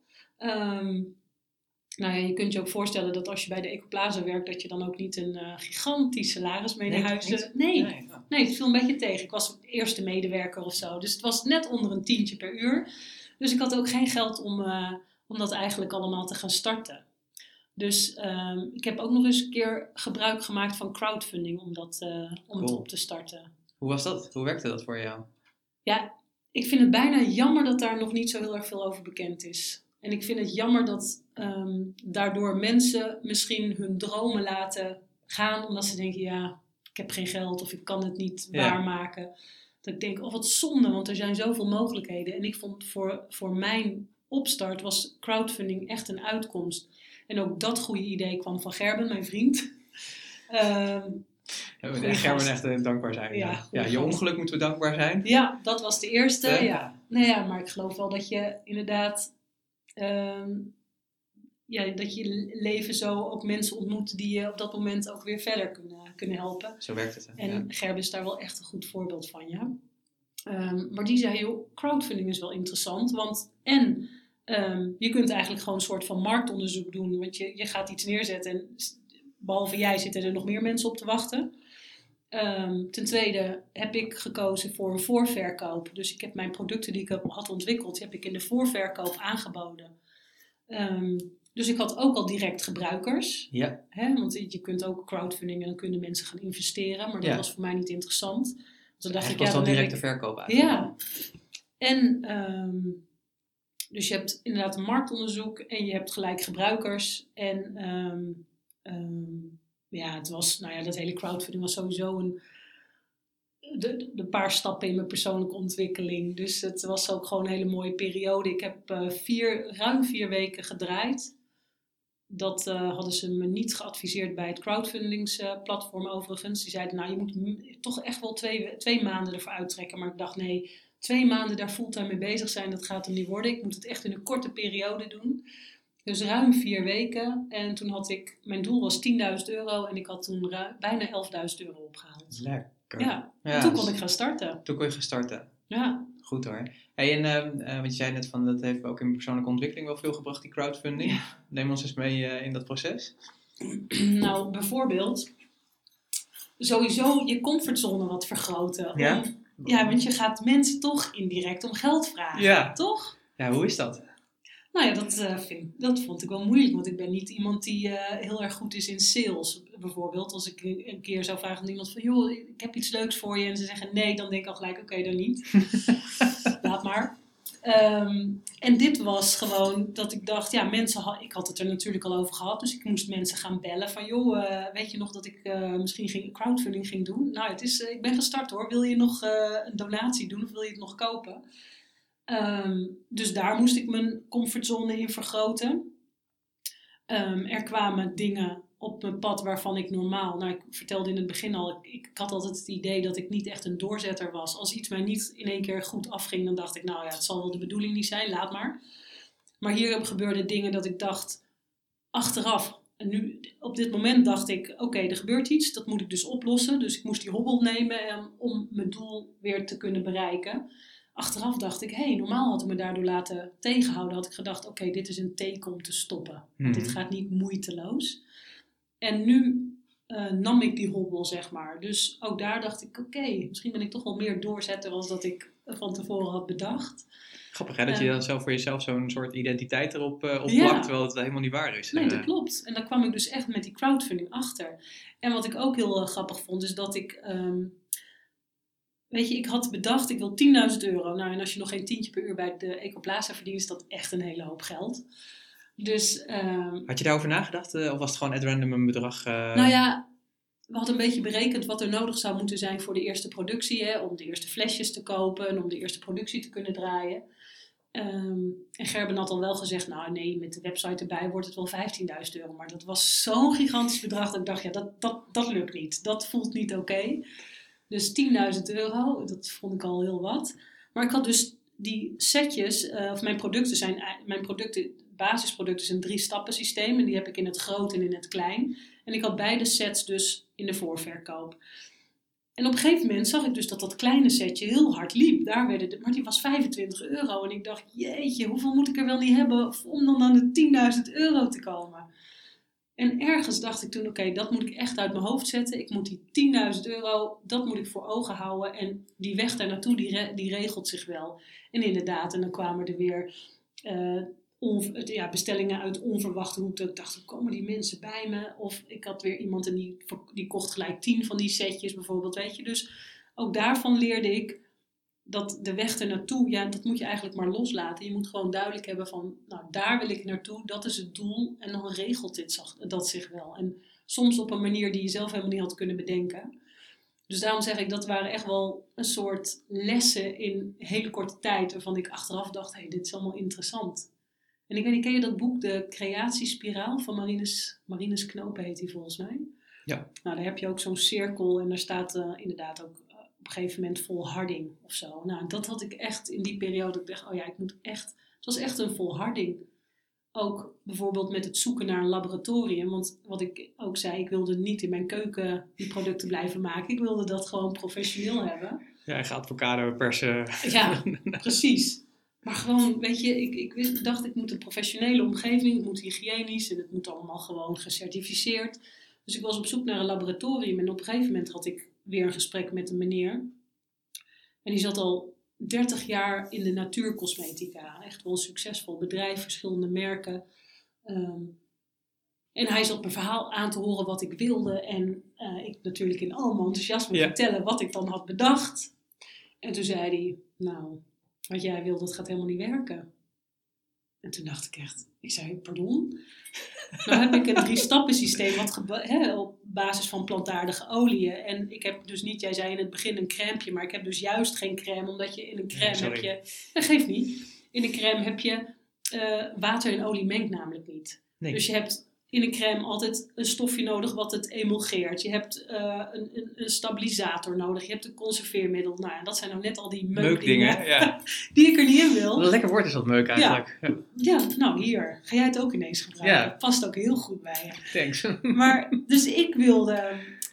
Je kunt je ook voorstellen dat als je bij de Ecoplaza werkt, dat je dan ook niet een gigantisch salaris mee naar huis... Nee, het viel een beetje tegen. Ik was eerste medewerker of zo. Dus het was net onder een tientje per uur. Dus ik had ook geen geld om dat eigenlijk allemaal te gaan starten. Dus ik heb ook nog eens een keer gebruik gemaakt van crowdfunding om het op te starten. Hoe was dat? Hoe werkte dat voor jou? Ja, ik vind het bijna jammer dat daar nog niet zo heel erg veel over bekend is. En ik vind het jammer dat daardoor mensen misschien hun dromen laten gaan. Omdat ze denken, ik heb geen geld of ik kan het niet waarmaken. Dat ik denk, wat zonde, want er zijn zoveel mogelijkheden. En ik vond voor mijn opstart was crowdfunding echt een uitkomst. En ook dat goede idee kwam van Gerben, mijn vriend. Gerben echt dankbaar zijn. Ja, je ongeluk moeten we dankbaar zijn. Ja, dat was de eerste. Maar ik geloof wel dat je inderdaad... dat je leven zo ook mensen ontmoet die je op dat moment ook weer verder kunnen helpen. Zo werkt het. En Gerben is daar wel echt een goed voorbeeld van, ja. Maar die zei, crowdfunding is wel interessant, want je kunt eigenlijk gewoon een soort van marktonderzoek doen, want je gaat iets neerzetten en behalve jij zitten er nog meer mensen op te wachten. Ten tweede heb ik gekozen voor een voorverkoop. Dus ik heb mijn producten die ik had ontwikkeld, heb ik in de voorverkoop aangeboden. Dus ik had ook al direct gebruikers. Ja. Want je kunt ook crowdfunding en dan kunnen mensen gaan investeren. Maar dat was voor mij niet interessant. Dus dan dacht ik, was dan direct de verkoop eigenlijk. Ja. En dus je hebt inderdaad een marktonderzoek en je hebt gelijk gebruikers. En het was, dat hele crowdfunding was sowieso de paar stappen in mijn persoonlijke ontwikkeling. Dus het was ook gewoon een hele mooie periode. Ik heb ruim 4 weken gedraaid. Dat hadden ze me niet geadviseerd bij het crowdfundingsplatform overigens. Die zeiden, je moet toch echt wel 2 maanden ervoor uittrekken. Maar ik dacht, nee, 2 maanden daar fulltime mee bezig zijn, dat gaat hem niet worden. Ik moet het echt in een korte periode doen. Dus ruim 4 weken. En toen had mijn doel was €10.000 en ik had toen bijna €11.000 opgehaald. Lekker. Ja, en toen kon ik gaan starten. Toen kon je gaan starten. Ja. Goed hoor. Hey, want je zei net van, dat heeft ook in persoonlijke ontwikkeling wel veel gebracht, die crowdfunding. Ja. Neem ons eens mee in dat proces. Nou, bijvoorbeeld, sowieso je comfortzone wat vergroten. Ja, want je gaat mensen toch indirect om geld vragen, toch? Ja, hoe is dat? Nou ja, dat vond ik wel moeilijk, want ik ben niet iemand die heel erg goed is in sales. Bijvoorbeeld, als ik een keer zou vragen aan iemand van, joh, ik heb iets leuks voor je. En ze zeggen nee, dan denk ik al gelijk, oké, dan niet. Laat maar. En dit was gewoon dat ik dacht, ik had het er natuurlijk al over gehad. Dus ik moest mensen gaan bellen van, joh, weet je nog dat ik misschien crowdfunding ging doen? Nou, ik ben gestart hoor. Wil je nog een donatie doen of wil je het nog kopen? Dus daar moest ik mijn comfortzone in vergroten. Er kwamen dingen op mijn pad waarvan ik normaal... ik vertelde in het begin al, ik had altijd het idee dat ik niet echt een doorzetter was. Als iets mij niet in één keer goed afging, dan dacht ik, het zal wel de bedoeling niet zijn, laat maar. Maar hier gebeurden dingen dat ik dacht, achteraf... En nu, op dit moment dacht ik, oké, er gebeurt iets, dat moet ik dus oplossen. Dus ik moest die hobbel nemen om mijn doel weer te kunnen bereiken. Achteraf dacht ik, normaal had ik me daardoor laten tegenhouden. Had ik gedacht, oké, dit is een teken om te stoppen. Dit gaat niet moeiteloos. En nu nam ik die hobbel, zeg maar. Dus ook daar dacht ik, oké, misschien ben ik toch wel meer doorzetter als dat ik van tevoren had bedacht. Grappig hè, dat je dan zelf voor jezelf zo'n soort identiteit erop plakt, Ja. terwijl het helemaal niet waar is. Nee, dat klopt. En daar kwam ik dus echt met die crowdfunding achter. En wat ik ook heel grappig vond, is dat ik... weet je, ik had bedacht, ik wil €10.000. Nou, en als je nog geen tientje per uur bij de Ecoplaza verdient, is dat echt een hele hoop geld. Dus... Had je daarover nagedacht? Of was het gewoon at random een bedrag? Nou ja, we hadden een beetje berekend wat er nodig zou moeten zijn voor de eerste productie. Hè, om de eerste flesjes te kopen en om de eerste productie te kunnen draaien. En Gerben had al wel gezegd, nou nee, met de website erbij wordt het wel €15.000. Maar dat was zo'n gigantisch bedrag dat ik dacht, ja, dat lukt niet. Dat voelt niet oké. Dus €10.000, dat vond ik al heel wat. Maar ik had dus die setjes, of mijn basisproducten zijn 3-stappen systeem. En die heb ik in het groot en in het klein. En ik had beide sets dus in de voorverkoop. En op een gegeven moment zag ik dus dat kleine setje heel hard liep. Maar die was €25. En ik dacht, jeetje, hoeveel moet ik er wel niet hebben om dan aan de €10.000 te komen? En ergens dacht ik toen, oké, dat moet ik echt uit mijn hoofd zetten. Ik moet die €10.000, dat moet ik voor ogen houden. En die weg daar naartoe, die regelt zich wel. En inderdaad, en dan kwamen er weer bestellingen uit onverwachte hoeken. Ik dacht, hoe komen die mensen bij me? Of ik had weer iemand en die kocht gelijk 10 van die setjes bijvoorbeeld, weet je. Dus ook daarvan leerde ik dat de weg er naartoe, ja, dat moet je eigenlijk maar loslaten. Je moet gewoon duidelijk hebben van, nou, daar wil ik naartoe, dat is het doel. En dan regelt dat zich wel. En soms op een manier die je zelf helemaal niet had kunnen bedenken. Dus daarom zeg ik, dat waren echt wel een soort lessen in hele korte tijd, waarvan ik achteraf dacht, hey, dit is allemaal interessant. En ik weet niet, ken je dat boek, De Creatiespiraal van Marinus Knopen heet die volgens mij? Ja. Nou, daar heb je ook zo'n cirkel en daar staat inderdaad ook op een gegeven moment volharding of zo. Nou, dat had ik echt in die periode. Ik dacht, oh ja, het was echt een volharding. Ook bijvoorbeeld met het zoeken naar een laboratorium. Want wat ik ook zei, ik wilde niet in mijn keuken die producten blijven maken. Ik wilde dat gewoon professioneel hebben. Ja, eigen avocado persen. Ja, precies. Maar gewoon, weet je, ik dacht, ik moet een professionele omgeving, het moet hygiënisch en het moet allemaal gewoon gecertificeerd. Dus ik was op zoek naar een laboratorium en op een gegeven moment had ik weer een gesprek met een meneer. En die zat al 30 jaar in de natuurcosmetica. Echt wel een succesvol bedrijf, verschillende merken. En hij zat mijn verhaal aan te horen wat ik wilde. En ik natuurlijk in al mijn enthousiasme vertellen wat ik dan had bedacht. En toen zei hij, nou, wat jij wil, dat gaat helemaal niet werken. En toen dacht ik echt, ik zei, pardon? Nou heb ik een 3-stappen systeem op basis van plantaardige oliën. En ik heb dus niet, jij zei in het begin een crèmepje, maar ik heb dus juist geen crème. Omdat je in een crème heb je, dat geeft niet. In een crème heb je, water en olie mengt namelijk niet. Nee. Dus je hebt in een crème altijd een stofje nodig wat het emulgeert. Je hebt een stabilisator nodig. Je hebt een conserveermiddel. Nou, en dat zijn nou net al die meukdingen ja. die ik er niet in wil. Wat een lekker woord is dat meuk eigenlijk. Ja, nou hier. Ga jij het ook ineens gebruiken? Ja. Dat past ook heel goed bij je. Thanks. Maar, dus ik wilde...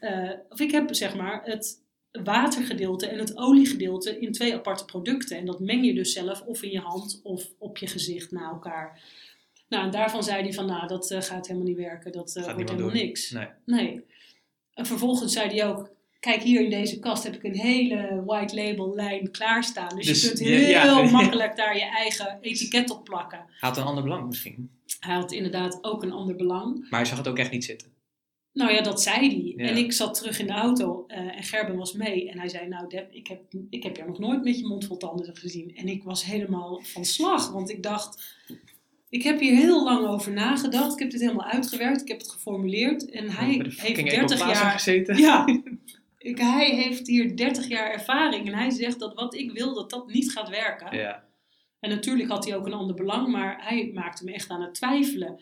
ik heb zeg maar het watergedeelte en het oliegedeelte in 2 aparte producten. En dat meng je dus zelf of in je hand of op je gezicht na elkaar. Nou, en daarvan zei hij van, nou, dat gaat helemaal niet werken. Dat wordt helemaal niks. Nee. En vervolgens zei hij ook, kijk hier in deze kast heb ik een hele white label lijn klaarstaan. Dus je kunt heel makkelijk daar je eigen etiket op plakken. Hij had een ander belang misschien. Hij had inderdaad ook een ander belang. Maar hij zag het ook echt niet zitten. Nou ja, dat zei hij. Ja. En ik zat terug in de auto en Gerben was mee. En hij zei, nou Deb, ik heb jou nog nooit met je mond vol tanden gezien. En ik was helemaal van slag. Want ik dacht, ik heb hier heel lang over nagedacht. Ik heb dit helemaal uitgewerkt. Ik heb het geformuleerd. En hij heeft 30 jaar gezeten. Ja, hij heeft hier 30 jaar ervaring. En hij zegt dat wat ik wil, dat niet gaat werken. Ja. En natuurlijk had hij ook een ander belang. Maar hij maakte me echt aan het twijfelen.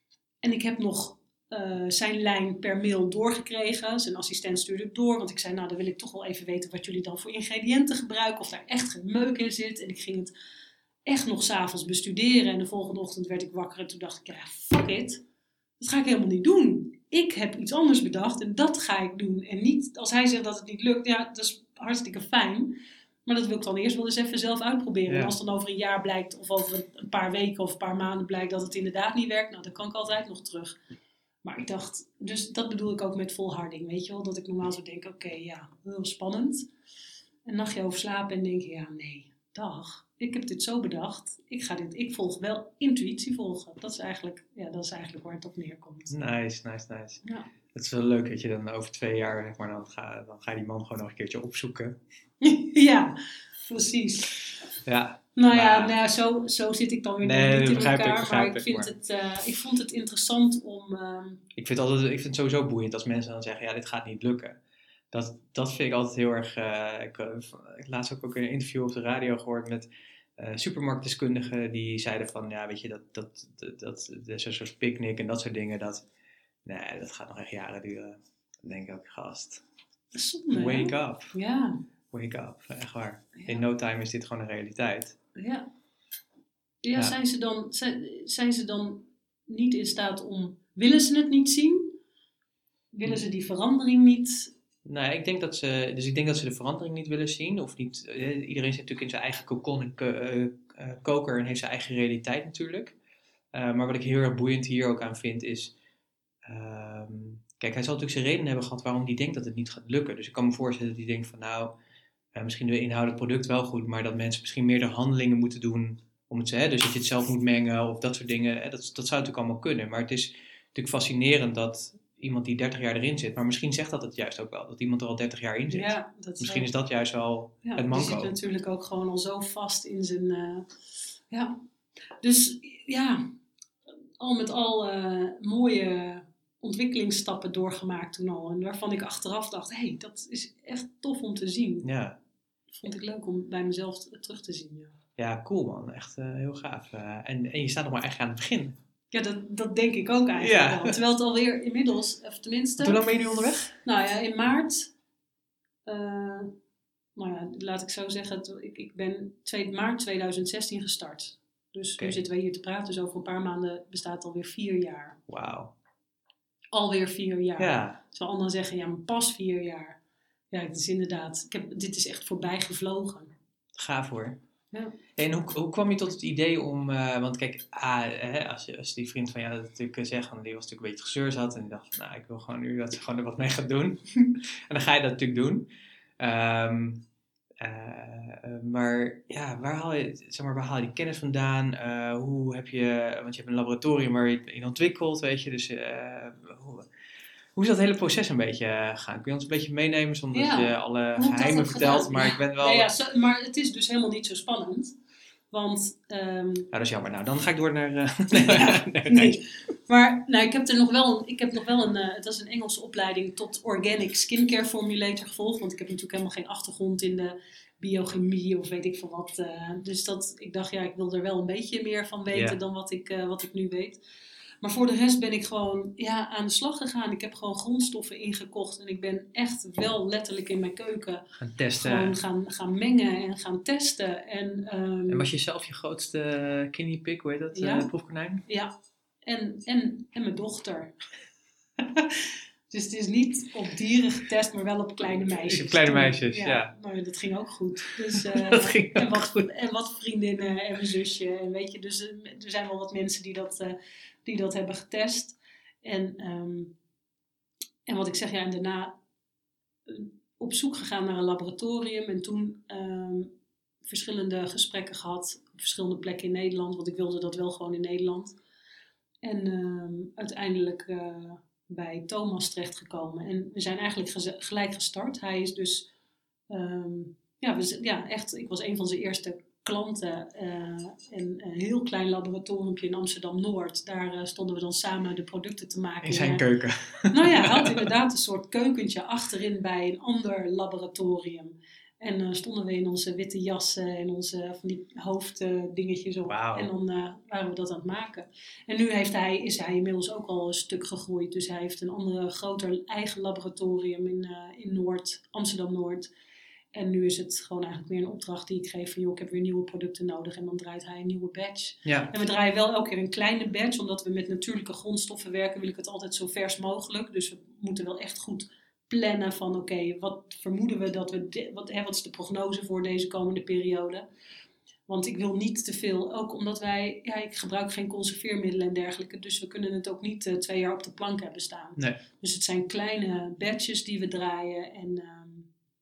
En ik heb nog zijn lijn per mail doorgekregen. Zijn assistent stuurde het door. Want ik zei, nou dan wil ik toch wel even weten wat jullie dan voor ingrediënten gebruiken. Of daar echt geen meuk in zit. En ik ging het echt nog 's avonds bestuderen. En de volgende ochtend werd ik wakker. En toen dacht ik, ja, fuck it. Dat ga ik helemaal niet doen. Ik heb iets anders bedacht. En dat ga ik doen. En niet, als hij zegt dat het niet lukt. Ja, dat is hartstikke fijn. Maar dat wil ik dan eerst wel eens even zelf uitproberen. Ja. En als dan over een jaar blijkt. Of over een paar weken of een paar maanden blijkt dat het inderdaad niet werkt. Nou, dan kan ik altijd nog terug. Maar ik dacht, dus dat bedoel ik ook met volharding. Weet je wel, dat ik normaal zou denken, oké, ja, heel spannend. een nachtje over slapen en denk je, ja nee, dag. Ik heb dit zo bedacht. Ik volg wel intuïtie volgen. Dat is eigenlijk waar het op neerkomt. Nice. Ja. Het is wel leuk dat je dan over 2 jaar, zeg maar, dan ga je die man gewoon nog een keertje opzoeken. Ja, precies. Ja. Nou ja, zo zit ik dan weer niet in elkaar. Maar ik vond het interessant om... Ik vind het sowieso boeiend als mensen dan zeggen, ja, dit gaat niet lukken. Dat vind ik altijd heel erg... ik heb laatst ook in een interview op de radio gehoord met supermarktdeskundigen die zeiden van, ja, weet je, dat zo'n picknick en dat soort dingen, dat gaat nog echt jaren duren. Dan denk ik ook, gast, zonde, wake up. Ja. Wake up, echt waar. Ja. In no time is dit gewoon een realiteit. Ja. Zijn ze dan niet in staat om... Willen ze het niet zien? Willen ze die verandering niet? Nou, ik denk dat ze de verandering niet willen zien. Of niet. Iedereen zit natuurlijk in zijn eigen kokon en koker en heeft zijn eigen realiteit natuurlijk. Maar wat ik heel erg boeiend hier ook aan vind is... kijk, hij zal natuurlijk zijn redenen hebben gehad waarom hij denkt dat het niet gaat lukken. Dus ik kan me voorstellen dat hij denkt van misschien de inhoudelijk product wel goed, maar dat mensen misschien meerdere handelingen moeten doen om het dus dat je het zelf moet mengen of dat soort dingen. Dat zou natuurlijk allemaal kunnen. Maar het is natuurlijk fascinerend dat iemand die 30 jaar erin zit, maar misschien zegt dat het juist ook wel, dat iemand er al 30 jaar in zit. Ja, misschien is dat juist wel het manco. Die zit natuurlijk ook gewoon al zo vast in zijn... Dus ja, al met al mooie ontwikkelingsstappen doorgemaakt toen al. En waarvan ik achteraf dacht, dat is echt tof om te zien. Ja. Dat vond ik leuk om bij mezelf terug te zien. Ja, cool man. Echt heel gaaf. En je staat nog maar echt aan het begin. Ja, dat denk ik ook eigenlijk wel. Terwijl het alweer inmiddels, of tenminste... Hoe lang ben je nu onderweg? Nou ja, in maart... laat ik zo zeggen, ik ben maart 2016 gestart. Dus nu zitten we hier te praten, dus over een paar maanden bestaat het alweer 4 jaar. Wauw. Alweer 4 jaar. Ja. Terwijl anderen zeggen, ja, maar pas 4 jaar. Ja, het is inderdaad, dit is echt voorbij gevlogen. Gaaf hoor. Ja. En hoe kwam je tot het idee om, want kijk, als die vriend van jou dat natuurlijk zegt, die was natuurlijk een beetje gezeur zat en die dacht van, ik wil gewoon nu dat ze gewoon er wat mee gaat doen. En dan ga je dat natuurlijk doen. Maar ja, waar haal je die kennis vandaan? Hoe heb je, want je hebt een laboratorium waar je in ontwikkelt, weet je, dus hoe is dat hele proces een beetje gegaan? Kun je ons een beetje meenemen zonder dat je alle geheimen vertelt? Maar ik ben wel... maar het is dus helemaal niet zo spannend. Want... dat is jammer. Nou, dan ga ik door naar... nee. Maar ik heb nog wel een... het was een Engelse opleiding tot Organic Skincare Formulator gevolgd. Want ik heb natuurlijk helemaal geen achtergrond in de biochemie of weet ik veel wat. Dus ik dacht, ik wil er wel een beetje meer van weten dan wat ik nu weet. Maar voor de rest ben ik gewoon aan de slag gegaan. Ik heb gewoon grondstoffen ingekocht. En ik ben echt wel letterlijk in mijn keuken gaan testen. Gewoon gaan mengen en gaan testen. En was je zelf je grootste guinea pig, hoe heet dat? Proefkonijn? Ja, en mijn dochter. Dus het is niet op dieren getest, maar wel op kleine meisjes. Kleine meisjes, ja. Maar dat ging ook goed. Dus, dat ging ook goed. En wat vriendinnen en mijn zusje. En weet je, dus er zijn wel wat mensen die dat hebben getest. En wat ik zeg, en daarna op zoek gegaan naar een laboratorium. En toen verschillende gesprekken gehad op verschillende plekken in Nederland. Want ik wilde dat wel gewoon in Nederland. En uiteindelijk bij Thomas terechtgekomen. En we zijn eigenlijk gelijk gestart. Hij is dus... echt, ik was een van zijn eerste klanten. Een heel klein laboratoriumpje in Amsterdam-Noord. Daar stonden we dan samen de producten te maken. In zijn keuken. Nou ja, hij had inderdaad een soort keukentje achterin bij een ander laboratorium. En stonden we in onze witte jassen en onze van die hoofddingetjes op. Wow. En dan waren we dat aan het maken. En nu is hij inmiddels ook al een stuk gegroeid. Dus hij heeft een andere, groter eigen laboratorium in Amsterdam-Noord. En nu is het gewoon eigenlijk meer een opdracht die ik geef van, ik heb weer nieuwe producten nodig. En dan draait hij een nieuwe batch. Ja. En we draaien wel elke keer een kleine batch. Omdat we met natuurlijke grondstoffen werken, wil ik het altijd zo vers mogelijk. Dus we moeten wel echt goed plannen van wat vermoeden we dat wat is de prognose voor deze komende periode. Want ik wil niet te veel, ook omdat ik gebruik geen conserveermiddelen en dergelijke. Dus we kunnen het ook niet 2 jaar op de plank hebben staan. Nee. Dus het zijn kleine batches die we draaien. En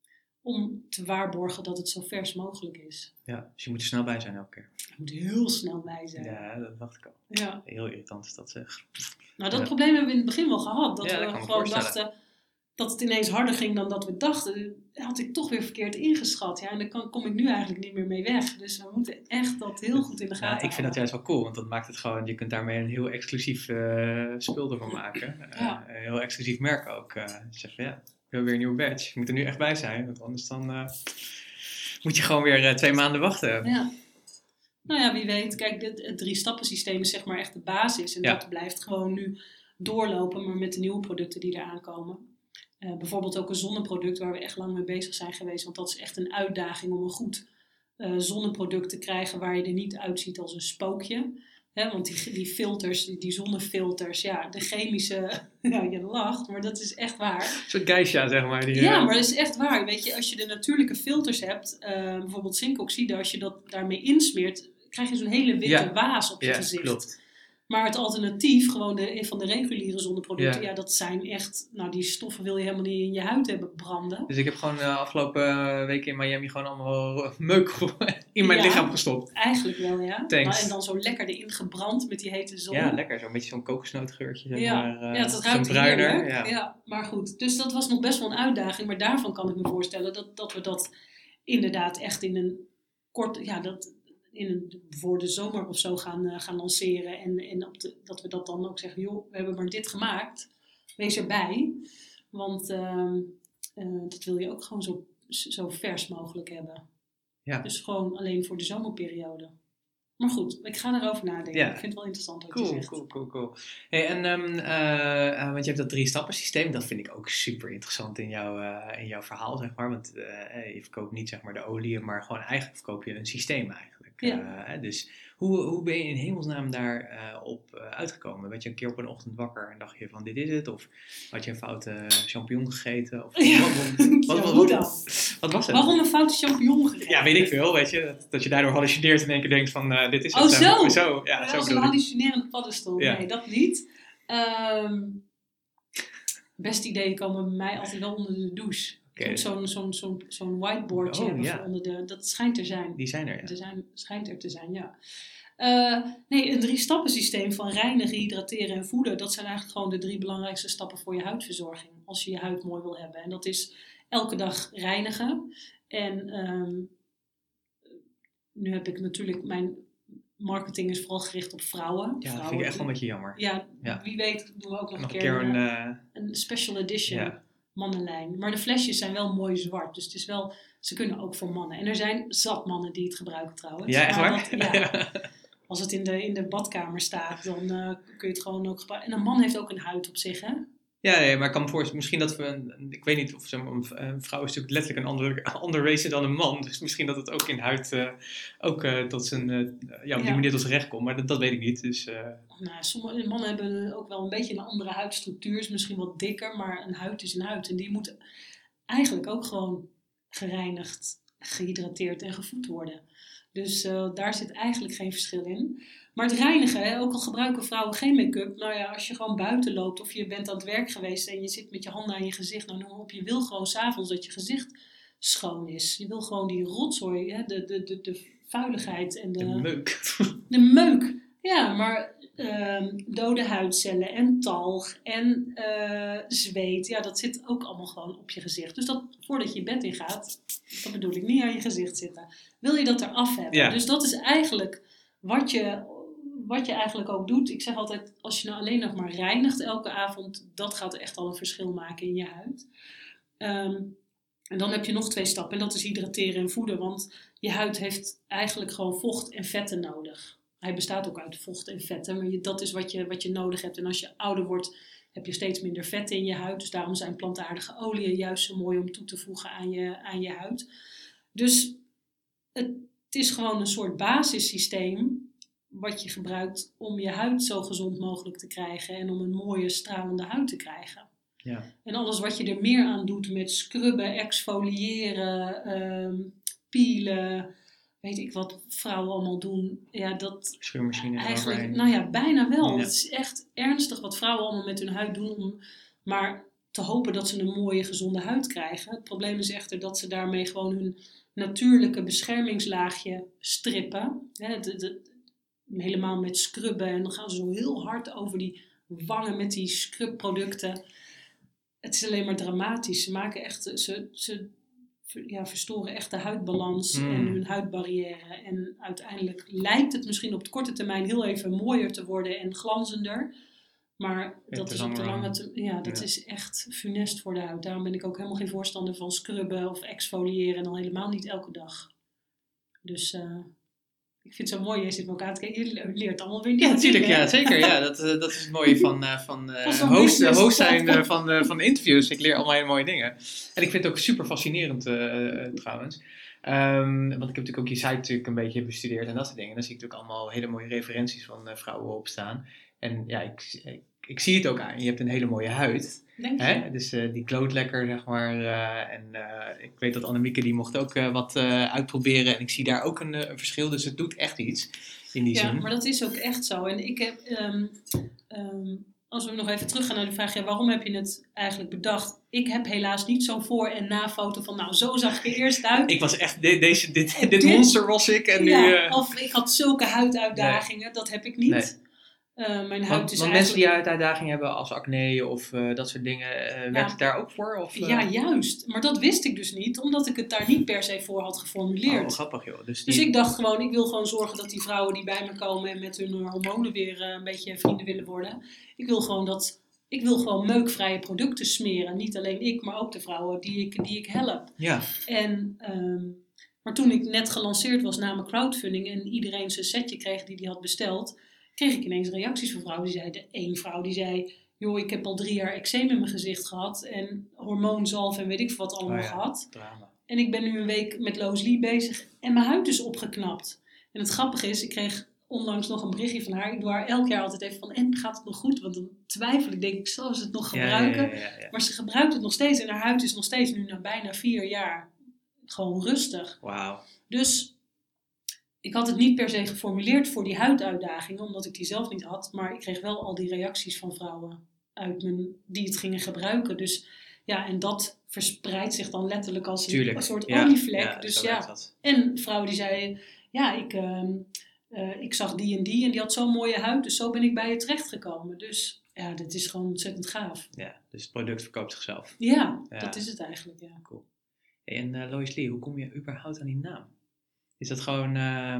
om te waarborgen dat het zo vers mogelijk is. Ja, dus je moet er snel bij zijn elke keer. Je moet heel snel bij zijn. Ja, dat dacht ik al. Ja. Heel irritant is dat zeg. Nou, dat probleem hebben we in het begin wel gehad. Dat Ja, dat we kan me gewoon voorstellen. dachten dat het ineens harder ging dan dat we dachten. Had ik toch weer verkeerd ingeschat. Ja, en daar kom ik nu eigenlijk niet meer mee weg. Dus we moeten echt dat heel goed in de gaten houden. Ik vind dat juist wel cool, want dat maakt het gewoon, je kunt daarmee een heel exclusief spul ervan maken. Ja. Een heel exclusief merk ook. Zeg van ja, we hebben weer een nieuwe badge. Je moet er nu echt bij zijn, want anders dan moet je gewoon weer 2 maanden wachten. Ja. Nou ja, wie weet. Kijk, het 3-stappen-systeem is zeg maar echt de basis. En dat blijft gewoon nu doorlopen, maar met de nieuwe producten die eraan komen. Bijvoorbeeld ook een zonneproduct waar we echt lang mee bezig zijn geweest. Want dat is echt een uitdaging om een goed zonneproduct te krijgen waar je er niet uitziet als een spookje. Want die filters, die zonnefilters, ja, de chemische, nou je lacht, maar dat is echt waar. Een soort geisha, zeg maar. Ja, maar dat is echt waar. Weet je, als je de natuurlijke filters hebt, bijvoorbeeld zinkoxide, als je dat daarmee insmeert, krijg je zo'n hele witte waas op je gezicht. Klopt. Maar het alternatief, gewoon van de reguliere zonneproducten, dat zijn echt, nou die stoffen wil je helemaal niet in je huid hebben branden. Dus ik heb gewoon de afgelopen weken in Miami gewoon allemaal meuk in mijn lichaam gestopt. Eigenlijk wel, ja. Thanks. En dan zo lekker erin gebrand met die hete zon. Ja, lekker. Zo'n beetje zo'n kokosnootgeurtje. Zeg maar, dat ruikt bruiner. heerlijk. Ja, maar goed. Dus dat was nog best wel een uitdaging. Maar daarvan kan ik me voorstellen dat we dat inderdaad echt in een korte, voor de zomer of zo gaan lanceren. En dat we dat dan ook zeggen, joh, we hebben maar dit gemaakt. Wees erbij. Want dat wil je ook gewoon zo vers mogelijk hebben. Ja. Dus gewoon alleen voor de zomerperiode. Maar goed, ik ga erover nadenken. Ja. Ik vind het wel interessant wat je zegt. Cool. Hey, want je hebt dat 3-stappen systeem. Dat vind ik ook super interessant in jouw verhaal, zeg maar. Want je verkoopt niet zeg maar de olie, maar gewoon eigenlijk verkoop je een systeem eigenlijk. Ja. Dus hoe ben je in hemelsnaam daar op uitgekomen? Werd je een keer op een ochtend wakker en dacht je van dit is het? Of had je een foute champignon gegeten? Of, wat was het? Waarom een foute champignon gegeten? Ja, weet ik veel, weet je. Dat je daardoor hallucineert en in één keer denkt van dit is het. Oh, zo? Zo, ja, dat zo was een hallucinerende paddenstoel. Ja. Nee, dat niet. Beste ideeën komen bij mij altijd wel onder de douche. Okay. Ik moet zo'n whiteboardje hebben onder de... Dat schijnt te zijn. Die zijn er, ja. Schijnt er te zijn, ja. Een 3-stappen systeem van reinigen, hydrateren en voeden. Dat zijn eigenlijk gewoon de 3 belangrijkste stappen voor je huidverzorging. Als je je huid mooi wil hebben. En dat is elke dag reinigen. En nu heb ik natuurlijk... Mijn marketing is vooral gericht op vrouwen. Ja, dat vind ik echt wel een beetje jammer. Ja, wie weet doen we ook nog een keer een special edition. Ja. Mannenlijn. Maar de flesjes zijn wel mooi zwart. Dus het is wel, ze kunnen ook voor mannen. En er zijn zat mannen die het gebruiken trouwens. Ja, echt waar? Als het in de badkamer staat, dan kun je het gewoon ook gebruiken. En een man heeft ook een huid op zich, hè? Ja, nee, maar ik kan me voorstellen, misschien dat ik weet niet of een vrouw is natuurlijk letterlijk een andere race dan een man. Dus misschien dat het ook in huid tot zijn, op die manier tot zijn recht komt. Maar dat weet ik niet. Dus, sommige mannen hebben ook wel een beetje een andere huidstructuur. Is misschien wat dikker, maar een huid is een huid. En die moet eigenlijk ook gewoon gereinigd, gehydrateerd en gevoed worden. Dus daar zit eigenlijk geen verschil in. Maar het reinigen, ook al gebruiken vrouwen geen make-up. Nou ja, als je gewoon buiten loopt of je bent aan het werk geweest en je zit met je handen aan je gezicht. Nou, noem maar op, je wil gewoon 's avonds dat je gezicht schoon is. Je wil gewoon die rotzooi, hè, de vuiligheid en de meuk. De meuk, ja, maar dode huidcellen en talg en zweet. Ja, dat zit ook allemaal gewoon op je gezicht. Dus dat voordat je bed in gaat, dat bedoel ik, niet aan je gezicht zitten. Wil je dat eraf hebben? Ja. Dus dat is eigenlijk wat je eigenlijk ook doet. Ik zeg altijd, als je nou alleen nog maar reinigt elke avond, dat gaat echt al een verschil maken in je huid. En dan heb je nog 2 stappen en dat is hydrateren en voeden. Want je huid heeft eigenlijk gewoon vocht en vetten nodig. Hij bestaat ook uit vocht en vetten, maar dat is wat je nodig hebt. En als je ouder wordt, heb je steeds minder vetten in je huid. Dus daarom zijn plantaardige oliën juist zo mooi om toe te voegen aan je huid. Dus het is gewoon een soort basissysteem wat je gebruikt om je huid zo gezond mogelijk te krijgen en om een mooie stralende huid te krijgen. Ja. En alles wat je er meer aan doet met scrubben, exfoliëren, peelen, weet ik wat vrouwen allemaal doen. Ja, dat schuurmachine eigenlijk, nou ja, bijna wel. Ja. Het is echt ernstig wat vrouwen allemaal met hun huid doen. Maar te hopen dat ze een mooie, gezonde huid krijgen. Het probleem is echter dat ze daarmee gewoon hun natuurlijke beschermingslaagje strippen. Helemaal met scrubben. En dan gaan ze zo heel hard over die wangen met die scrubproducten. Het is alleen maar dramatisch. Ze maken echt... Ze verstoren echt de huidbalans en hun huidbarrière. En uiteindelijk lijkt het misschien op de korte termijn heel even mooier te worden en glanzender. Maar dat is op de lange termijn... dat is echt funest voor de huid. Daarom ben ik ook helemaal geen voorstander van scrubben of exfoliëren. En al helemaal niet elke dag. Dus ik vind het zo mooi. Je zit me ook aan te kijken. Je leert allemaal weer nieuwe natuurlijk. dingen. Ja, zeker. Ja, dat is het mooie van host zijn van interviews. Ik leer allemaal hele mooie dingen. En ik vind het ook super fascinerend trouwens. Want ik heb natuurlijk ook je site natuurlijk een beetje bestudeerd en dat soort dingen. Dan zie ik natuurlijk allemaal hele mooie referenties van vrouwen op staan. En ja, ik zie het ook aan. Je hebt een hele mooie huid. Denk je? Hè? Dus die kloot lekker, zeg maar. Ik weet dat Annemieke die mocht ook wat uitproberen. En ik zie daar ook een verschil. Dus het doet echt iets in die zin. Ja, maar dat is ook echt zo. En ik heb... als we nog even teruggaan naar de vraag, waarom heb je het eigenlijk bedacht? Ik heb helaas niet zo'n voor- en na-foto van, nou, zo zag ik er eerst uit. Ik was echt, dit monster was ik. En nu, of ik had zulke huiduitdagingen, dat heb ik niet. Nee. Mijn huid is want eigenlijk... mensen die uitdagingen hebben als acne of dat soort dingen, werkt het daar ook voor? Of, Ja, juist. Maar dat wist ik dus niet, omdat ik het daar niet per se voor had geformuleerd. Oh, grappig joh. Dus ik dacht gewoon, ik wil gewoon zorgen dat die vrouwen die bij me komen en met hun hormonen weer een beetje vrienden willen worden. Ik wil gewoon meukvrije producten smeren. Niet alleen ik, maar ook de vrouwen die ik help. Ja. Maar toen ik net gelanceerd was na mijn crowdfunding en iedereen zijn setje kreeg die hij had besteld, kreeg ik ineens reacties van vrouwen die zeiden. Eén vrouw die zei, joh, ik heb al 3 jaar eczeem in mijn gezicht gehad en hormoonzalf en weet ik veel wat allemaal gehad. Drama. En ik ben nu een week met Lois Lee bezig en mijn huid is opgeknapt. En het grappige is, ik kreeg onlangs nog een berichtje van haar. Ik doe haar elk jaar altijd even van, en gaat het nog goed? Want dan twijfel ik, denk ik, zal ze het nog gebruiken? Ja. Maar ze gebruikt het nog steeds en haar huid is nog steeds nu na bijna 4 jaar gewoon rustig. Wauw. Dus ik had het niet per se geformuleerd voor die huiduitdagingen, omdat ik die zelf niet had. Maar ik kreeg wel al die reacties van vrouwen die het gingen gebruiken. Dus ja, en dat verspreidt zich dan letterlijk als een soort olievlek. Ja, dus ja. En vrouwen die zeiden, ja, ik zag die en die had zo'n mooie huid, dus zo ben ik bij je terechtgekomen. Dus ja, dat is gewoon ontzettend gaaf. Ja, dus het product verkoopt zichzelf. Ja, dat is het eigenlijk, ja. Cool. En Lois Lee, hoe kom je überhaupt aan die naam? Is dat gewoon,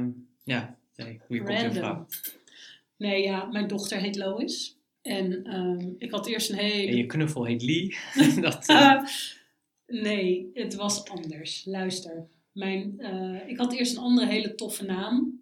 hoe komt je vrouw? Nee, ja, mijn dochter heet Lois. En ik had eerst een hele... En je knuffel heet Lee? Nee, het was anders. Luister. Ik had eerst een andere hele toffe naam.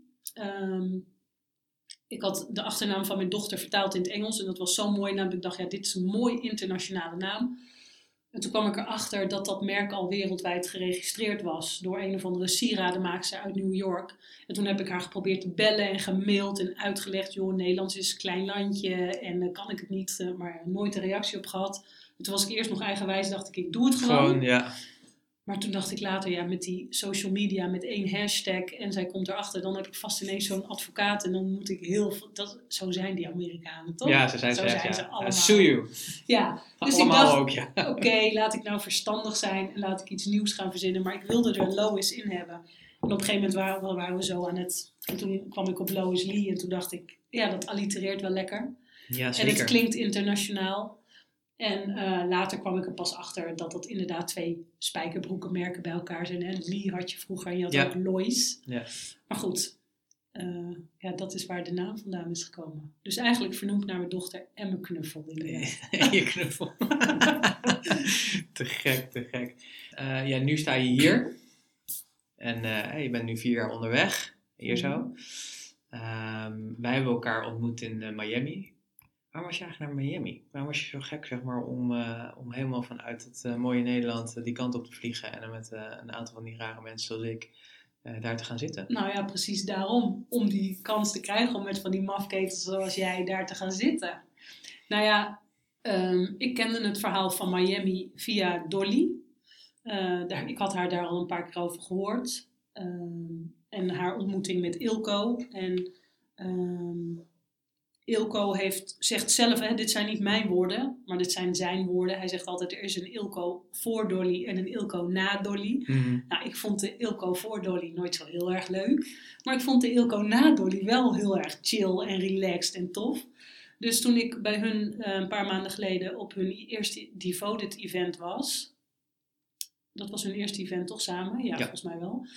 Ik had de achternaam van mijn dochter vertaald in het Engels. En dat was zo'n mooie naam. Ik dacht, ja, dit is een mooi internationale naam. En toen kwam ik erachter dat merk al wereldwijd geregistreerd was. Door een of andere sieradenmaakster uit New York. En toen heb ik haar geprobeerd te bellen en gemaild en uitgelegd. Joh, Nederland is een klein landje en kan ik het niet. Maar nooit een reactie op gehad. En toen was ik eerst nog eigenwijs, dacht ik doe het gewoon. Ja. Maar toen dacht ik later, ja, met die social media, met 1 hashtag en zij komt erachter, dan heb ik vast ineens zoon advocaat en dan moet ik zo zijn die Amerikanen, toch? Ja, zo zijn ze allemaal. Sue you. Ja, dus allemaal ik dacht, ook, ja. Oké, laat ik nou verstandig zijn en laat ik iets nieuws gaan verzinnen, maar ik wilde er Lois in hebben. En op een gegeven moment waren we zo aan het, en toen kwam ik op Lois Lee en toen dacht ik, ja, dat allitereert wel lekker. Ja, zeker. En het klinkt internationaal. En later kwam ik er pas achter dat dat inderdaad 2 spijkerbroekenmerken bij elkaar zijn. Hè? Lee had je vroeger en je had ook Lois. Ja. Maar goed, dat is waar de naam vandaan is gekomen. Dus eigenlijk vernoemd naar mijn dochter en mijn knuffel. Je knuffel. Te gek. Nu sta je hier. En je bent nu 4 jaar onderweg. Hier zo. Wij hebben elkaar ontmoet in Miami. Waarom was je eigenlijk naar Miami? Waarom was je zo gek, zeg maar, om helemaal vanuit het mooie Nederland die kant op te vliegen en met een aantal van die rare mensen zoals ik daar te gaan zitten? Nou ja, precies daarom. Om die kans te krijgen om met van die mafketels zoals jij daar te gaan zitten. Nou ja, ik kende het verhaal van Miami via Dolly. Ik had haar daar al een paar keer over gehoord. En haar ontmoeting met Ilko. En Ilko zegt zelf, hè, dit zijn niet mijn woorden, maar dit zijn zijn woorden. Hij zegt altijd, er is een Ilko voor Dolly en een Ilko na Dolly. Mm-hmm. Nou, ik vond de Ilko voor Dolly nooit zo heel erg leuk. Maar ik vond de Ilko na Dolly wel heel erg chill en relaxed en tof. Dus toen ik bij hun een paar maanden geleden op hun eerste Devoted event was. Dat was hun eerste event toch samen? Ja, volgens mij wel.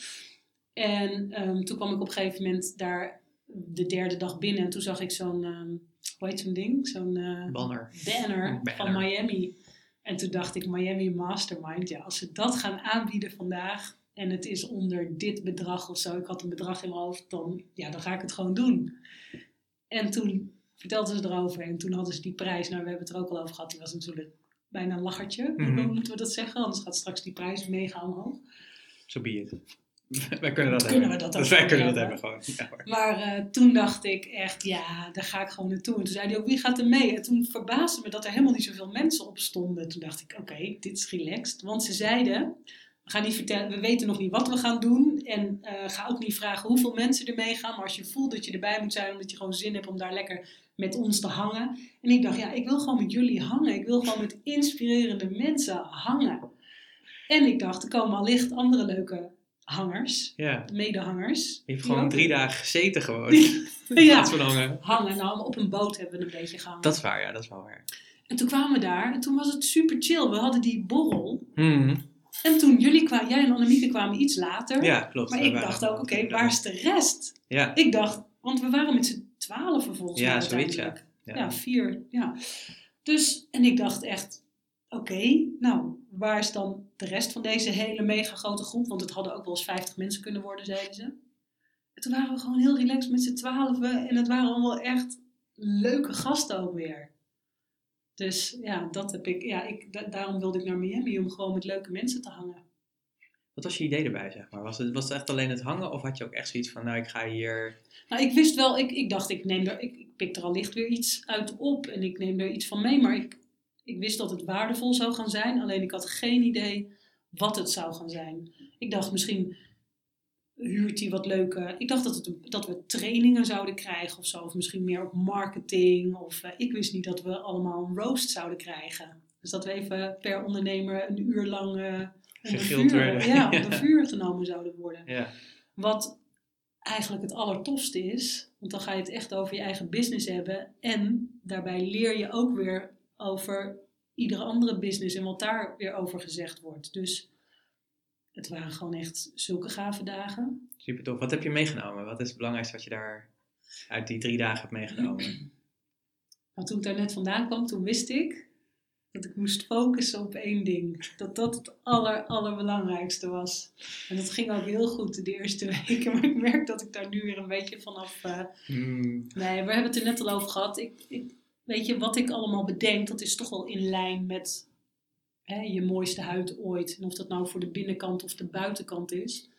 En toen kwam ik op een gegeven moment daar de derde dag binnen. En toen zag ik zo'n, hoe heet zo'n ding? Zo'n banner van Miami. En toen dacht ik, Miami Mastermind. Ja, als ze dat gaan aanbieden vandaag. En het is onder dit bedrag of zo. Ik had een bedrag in mijn hoofd. Dan ga ik het gewoon doen. En toen vertelden ze erover. En toen hadden ze die prijs. Nou, we hebben het er ook al over gehad. Die was natuurlijk bijna een lachertje. Hoe moeten we dat zeggen? Anders gaat straks die prijs mega omhoog. So be it. Wij kunnen dat hebben gewoon. Ja, maar toen dacht ik echt, ja, daar ga ik gewoon naartoe. En toen zei hij ook, wie gaat er mee? En toen verbaasde me dat er helemaal niet zoveel mensen op stonden. Toen dacht ik, oké, dit is relaxed. Want ze zeiden, we gaan niet vertellen, we weten nog niet wat we gaan doen. En ga ook niet vragen hoeveel mensen er mee gaan. Maar als je voelt dat je erbij moet zijn, omdat je gewoon zin hebt om daar lekker met ons te hangen. En ik dacht, ja, ik wil gewoon met jullie hangen. Ik wil gewoon met inspirerende mensen hangen. En ik dacht, er komen allicht andere leuke hangers, medehangers. Je hebt gewoon 3 dagen gezeten gewoon. In plaats van hangen. Hangen, nou op een boot hebben we een beetje gehangen. Dat is waar, ja, dat is wel waar. En toen kwamen we daar en toen was het super chill. We hadden die borrel. Mm. En toen jij en Annemieke kwamen iets later. Ja, klopt. Maar ik dacht ook, oké, waar is de rest? Ja. Ik dacht, want we waren met z'n 12 volgens mij uiteindelijk. Ja, 4. Ja. Dus, en ik dacht echt, oké, nou, waar is dan de rest van deze hele mega grote groep? Want het hadden ook wel eens 50 mensen kunnen worden, zeiden ze. En toen waren we gewoon heel relaxed met z'n 12 en het waren allemaal echt leuke gasten ook weer. Dus ja, dat heb ik. Ja, daarom wilde ik naar Miami, om gewoon met leuke mensen te hangen. Wat was je idee erbij, zeg maar? Was het echt alleen het hangen of had je ook echt zoiets van, nou, ik ga hier... Nou, ik wist wel, ik dacht, ik pik er allicht weer iets uit op en ik neem er iets van mee, maar ik wist dat het waardevol zou gaan zijn, alleen ik had geen idee wat het zou gaan zijn. Ik dacht, misschien huurt hij wat leuke... Ik dacht dat we trainingen zouden krijgen of zo, of misschien meer op marketing, of ik wist niet dat we allemaal een roast zouden krijgen. Dus dat we even per ondernemer een uur lang onder vuur genomen zouden worden. Ja. Wat eigenlijk het allertofste is, want dan ga je het echt over je eigen business hebben en daarbij leer je ook weer over iedere andere business en wat daar weer over gezegd wordt. Dus het waren gewoon echt zulke gave dagen. Super tof. Wat heb je meegenomen? Wat is het belangrijkste wat je daar uit die 3 dagen hebt meegenomen? Nou, toen ik daar net vandaan kwam, toen wist ik dat ik moest focussen op 1 ding. Dat het allerbelangrijkste was. En dat ging ook heel goed de eerste weken. Maar ik merk dat ik daar nu weer een beetje vanaf... Nee, we hebben het er net al over gehad. Weet je, wat ik allemaal bedenk, dat is toch wel in lijn met je mooiste huid ooit. En of dat nou voor de binnenkant of de buitenkant is.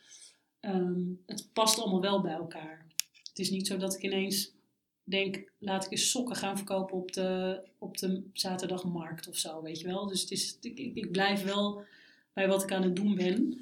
Het past allemaal wel bij elkaar. Het is niet zo dat ik ineens denk, laat ik eens sokken gaan verkopen op de zaterdagmarkt of zo, weet je wel. Dus ik blijf wel bij wat ik aan het doen ben.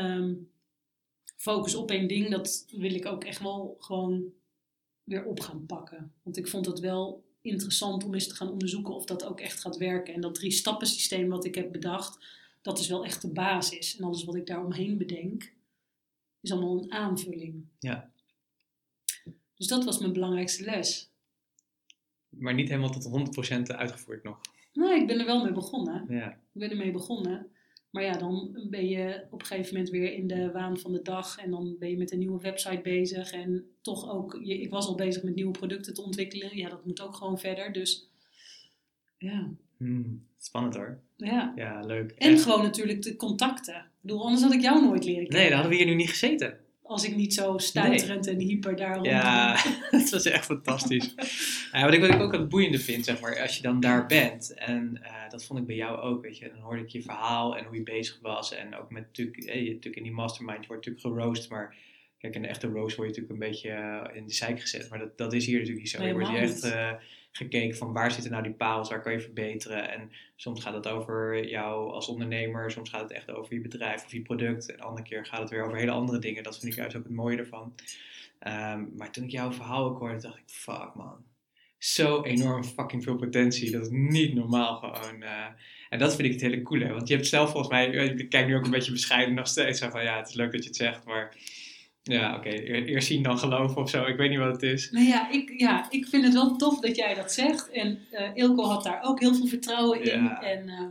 Focus op 1 ding, dat wil ik ook echt wel gewoon weer op gaan pakken. Want ik vond het wel interessant om eens te gaan onderzoeken of dat ook echt gaat werken. En dat 3-stappen systeem wat ik heb bedacht, dat is wel echt de basis. En alles wat ik daar omheen bedenk, is allemaal een aanvulling. Ja. Dus dat was mijn belangrijkste les. Maar niet helemaal tot 100% uitgevoerd nog. Nee, ik ben er wel mee begonnen. Ja. Ik ben ermee begonnen. Maar ja, dan ben je op een gegeven moment weer in de waan van de dag. En dan ben je met een nieuwe website bezig. En toch ook, ik was al bezig met nieuwe producten te ontwikkelen. Ja, dat moet ook gewoon verder. Dus ja. Spannend hoor. Ja. Ja, leuk. En echt. Gewoon natuurlijk de contacten. Ik bedoel, anders had ik jou nooit leren kennen. Nee, dan hadden we hier nu niet gezeten. Als ik niet zo stuiterend en hyper daar rond. Ja, dat was echt fantastisch. Wat ik ook het boeiende vind, zeg maar, als je dan daar bent. En dat vond ik bij jou ook, weet je. Dan hoorde ik je verhaal en hoe je bezig was. En ook met natuurlijk in die mastermind, je wordt natuurlijk geroost. Maar kijk, in de echte roast word je natuurlijk een beetje in de zeik gezet. Maar dat is hier natuurlijk niet zo. Je wordt hier echt gekeken van waar zitten nou die parels, waar kan je verbeteren. En soms gaat het over jou als ondernemer, soms gaat het echt over je bedrijf of je product. En de andere keer gaat het weer over hele andere dingen. Dat vind ik juist ook het mooie ervan. Maar toen ik jouw verhaal ook hoorde, dacht ik, fuck man. zo enorm fucking veel potentie. Dat is niet normaal gewoon. En dat vind ik het hele coole. Want je hebt zelf volgens mij, ik kijk nu ook een beetje bescheiden nog steeds. Zo van ja, het is leuk dat je het zegt, maar ja, oké, eerst zien dan geloven of zo. Ik weet niet wat het is. Nou ik vind het wel tof dat jij dat zegt. En Ilko had daar ook heel veel vertrouwen in. Ja.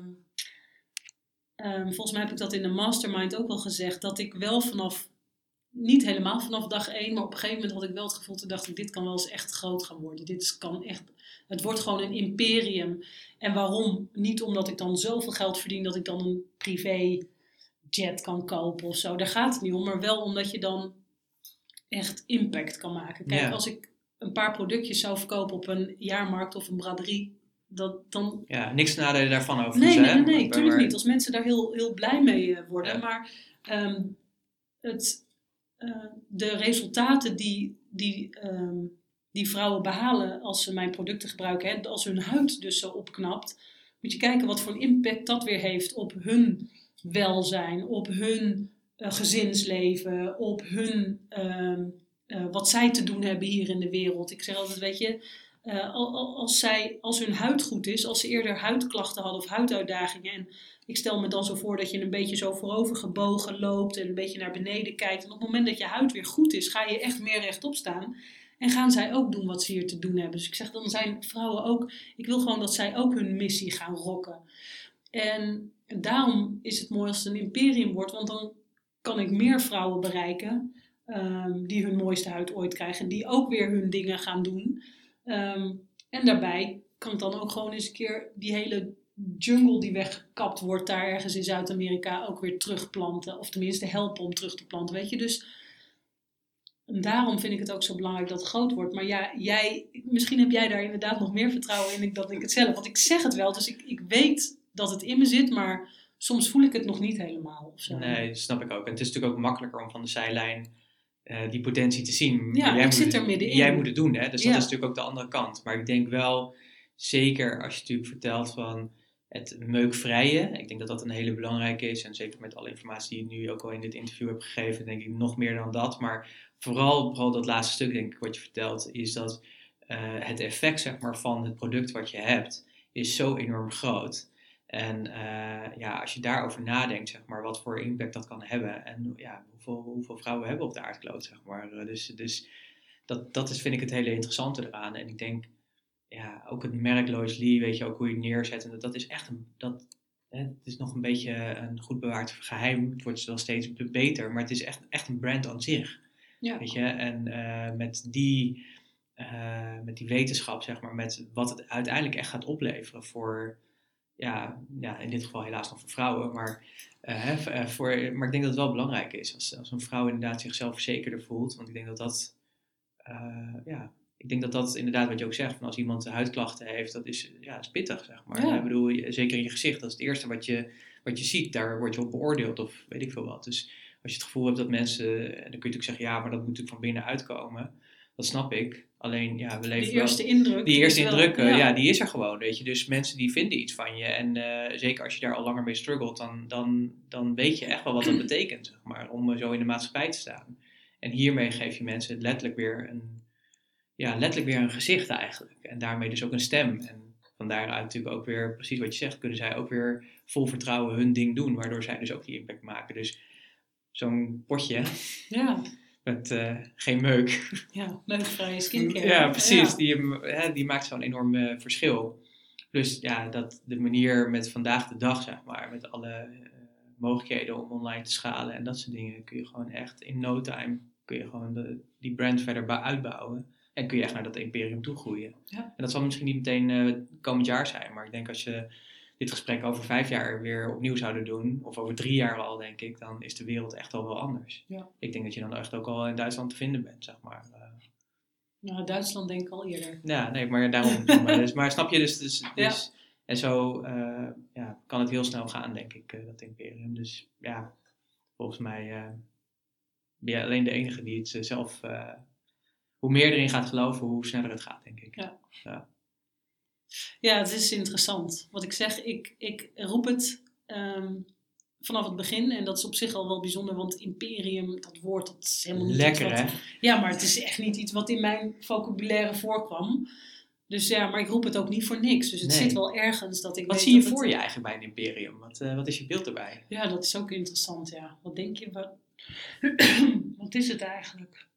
En volgens mij heb ik dat in de mastermind ook wel gezegd. Dat ik wel niet helemaal vanaf dag 1, maar op een gegeven moment had ik wel het gevoel, toen dacht ik, dit kan wel eens echt groot gaan worden. Het wordt gewoon een imperium. En waarom? Niet omdat ik dan zoveel geld verdien dat ik dan een privéjet kan kopen of zo. Daar gaat het niet om, maar wel omdat je dan echt impact kan maken. Kijk, als ik een paar productjes zou verkopen op een jaarmarkt of een braderie, dan... Ja, niks nadelen daarvan over. Nee, tuurlijk niet. Als mensen daar heel, heel blij mee worden. Ja. Maar de resultaten die vrouwen behalen als ze mijn producten gebruiken, hè, als hun huid dus zo opknapt, moet je kijken wat voor een impact dat weer heeft op hun welzijn, op hun gezinsleven, op hun wat zij te doen hebben hier in de wereld. Ik zeg altijd, weet je, als hun huid goed is, als ze eerder huidklachten hadden of huiduitdagingen, en ik stel me dan zo voor dat je een beetje zo voorover gebogen loopt en een beetje naar beneden kijkt, en op het moment dat je huid weer goed is, ga je echt meer rechtop staan en gaan zij ook doen wat ze hier te doen hebben. Dus ik zeg, dan zijn vrouwen ook, ik wil gewoon dat zij ook hun missie gaan rocken. En daarom is het mooi als het een imperium wordt, want dan kan ik meer vrouwen bereiken die hun mooiste huid ooit krijgen, die ook weer hun dingen gaan doen. En daarbij kan het dan ook gewoon eens een keer die hele jungle die weggekapt wordt daar ergens in Zuid-Amerika ook weer terugplanten. Of tenminste helpen om terug te planten, weet je. Dus en daarom vind ik het ook zo belangrijk dat het groot wordt. Maar ja, misschien heb jij daar inderdaad nog meer vertrouwen in dan ik het zelf. Want ik zeg het wel, dus ik weet dat het in me zit, maar soms voel ik het nog niet helemaal. Of zo. Nee, dat snap ik ook. En het is natuurlijk ook makkelijker om van de zijlijn die potentie te zien. Ja, ik zit er middenin. Jij moet het doen, hè? Dus dat is natuurlijk ook de andere kant. Maar ik denk wel, zeker als je natuurlijk vertelt van het meukvrije. Ik denk dat dat een hele belangrijke is. En zeker met alle informatie die je nu ook al in dit interview hebt gegeven, denk ik nog meer dan dat. Maar vooral dat laatste stuk, denk ik, wat je vertelt, is dat het effect, zeg maar, van het product wat je hebt, is zo enorm groot. En als je daarover nadenkt, zeg maar, wat voor impact dat kan hebben. En ja, hoeveel vrouwen hebben op de aardkloot, zeg maar. Dus dat is, vind ik, het hele interessante eraan. En ik denk, ja, ook het merk Lois Lee, weet je ook hoe je het neerzet. En dat is echt het is nog een beetje een goed bewaard geheim. Het wordt wel steeds beter, maar het is echt een brand aan zich. Ja. Weet je, en met die wetenschap, zeg maar, met wat het uiteindelijk echt gaat opleveren voor, ja, in dit geval helaas nog voor vrouwen, maar ik denk dat het wel belangrijk is als een vrouw inderdaad zichzelf verzekerder voelt. Want ik denk dat dat inderdaad wat je ook zegt, van als iemand huidklachten heeft, dat is pittig, zeg maar. Ja. Ik bedoel, zeker in je gezicht, dat is het eerste wat je ziet, daar word je op beoordeeld of weet ik veel wat. Dus als je het gevoel hebt dat mensen, en dan kun je natuurlijk zeggen, ja, maar dat moet natuurlijk van binnen uitkomen. Dat snap ik. Alleen, ja, we leven die eerste indruk. Die eerste indruk, die is er gewoon, weet je. Dus mensen die vinden iets van je. En zeker als je daar al langer mee struggelt, dan weet je echt wel wat dat betekent, zeg maar, om zo in de maatschappij te staan. En hiermee geef je mensen letterlijk weer een gezicht eigenlijk. En daarmee dus ook een stem. En van daaruit natuurlijk ook weer, precies wat je zegt, kunnen zij ook weer vol vertrouwen hun ding doen, waardoor zij dus ook die impact maken. Dus zo'n potje. Ja. Met geen meuk. Ja, meukvrije skincare. Ja, precies. Ja. Die maakt zo'n enorm verschil. Plus dat de manier met vandaag de dag, zeg maar, met alle mogelijkheden om online te schalen en dat soort dingen, kun je gewoon echt in no time, kun je gewoon die brand verder uitbouwen. En kun je echt naar dat imperium toe groeien. Ja. En dat zal misschien niet meteen komend jaar zijn, maar ik denk als je dit gesprek over 5 jaar weer opnieuw zouden doen, of over 3 jaar al, denk ik, dan is de wereld echt al wel anders. Ja. Ik denk dat je dan echt ook al in Duitsland te vinden bent, zeg maar. Nou, Duitsland denk ik al eerder. Ja, nee, maar daarom. maar snap je, dus en zo kan het heel snel gaan, denk ik, dat imperium. Dus ja, volgens mij ben je alleen de enige die het zelf, hoe meer erin gaat geloven, hoe sneller het gaat, denk ik. Ja. Ja, het is interessant. Wat ik zeg, ik roep het vanaf het begin. En dat is op zich al wel bijzonder, want imperium, dat woord, dat is helemaal niet lekker, iets wat... hè? Ja, maar het is echt niet iets wat in mijn vocabulaire voorkwam. Dus ja, maar ik roep het ook niet voor niks. Dus het zit wel ergens dat ik Wat weet zie je dat voor het... je eigenlijk bij een imperium? Wat is je beeld erbij? Ja, dat is ook interessant, ja. Wat denk je? Wat is het eigenlijk?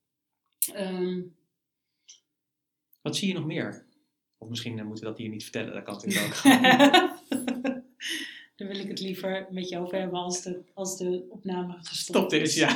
Wat zie je nog meer? Of misschien moeten we dat hier niet vertellen. Dat kan natuurlijk ook. Daar wil ik het liever met je over hebben als de opname gestopt Stopt is, ja.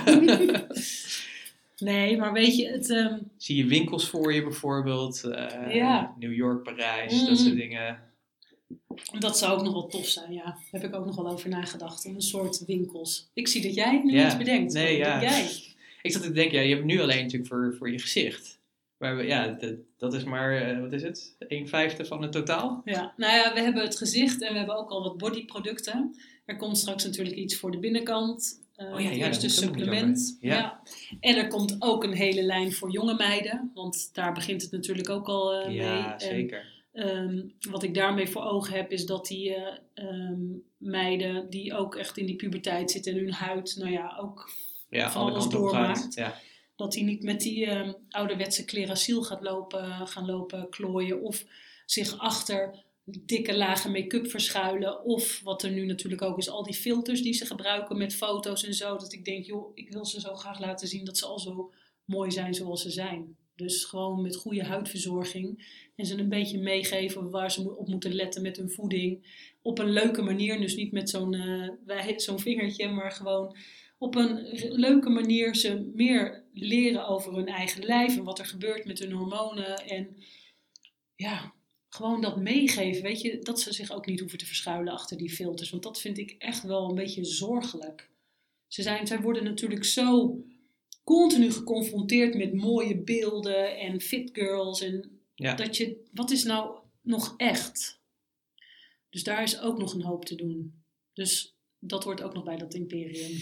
Nee, maar weet je, het... Zie je winkels voor je bijvoorbeeld? Ja. New York, Parijs, dat soort dingen. Dat zou ook nog wel tof zijn, ja. Daar heb ik ook nog wel over nagedacht. Om een soort winkels. Ik zie dat jij het nu iets bedenkt. Nee, ja. Jij? Ik zat te denken, je hebt nu alleen natuurlijk voor je gezicht. Maar ja, dat is maar, wat is het? 1/5 van het totaal? Ja, nou ja, we hebben het gezicht en we hebben ook al wat bodyproducten. Er komt straks natuurlijk iets voor de binnenkant. Het eerste supplement. Ja. En er komt ook een hele lijn voor jonge meiden. Want daar begint het natuurlijk ook al mee. Ja, zeker. Wat ik daarmee voor ogen heb, is dat die meiden die ook echt in die puberteit zitten en hun huid, ook van alles doormaakt. Ja. Dat die niet met die ouderwetse Clearasil gaan lopen klooien of zich achter dikke lage make-up verschuilen. Of wat er nu natuurlijk ook is, al die filters die ze gebruiken met foto's en zo. Dat ik denk, joh, ik wil ze zo graag laten zien dat ze al zo mooi zijn zoals ze zijn. Dus gewoon met goede huidverzorging. En ze een beetje meegeven waar ze op moeten letten met hun voeding. Op een leuke manier, dus niet met zo'n vingertje, maar gewoon op een leuke manier ze meer leren over hun eigen lijf en wat er gebeurt met hun hormonen. En ja, gewoon dat meegeven, weet je, dat ze zich ook niet hoeven te verschuilen achter die filters. Want dat vind ik echt wel een beetje zorgelijk. Zij worden natuurlijk zo continu geconfronteerd met mooie beelden en fit girls. En wat is nou nog echt? Dus daar is ook nog een hoop te doen. Dus dat hoort ook nog bij dat imperium.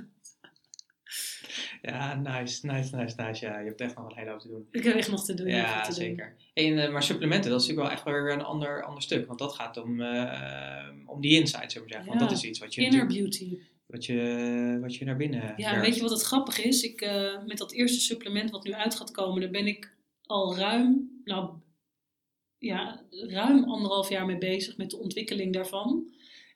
Ja, nice. Ja, je hebt echt nog een hele hoop te doen. Ik heb echt nog te doen. Ja, zeker. Maar supplementen, dat is natuurlijk wel echt weer een ander stuk. Want dat gaat om die insight, zullen we zeggen. Want dat is iets wat je... Inner beauty. Wat je naar binnen Ja, en weet je wat het grappig is? Met dat eerste supplement wat nu uit gaat komen, daar ben ik al ruim 1,5 jaar mee bezig met de ontwikkeling daarvan.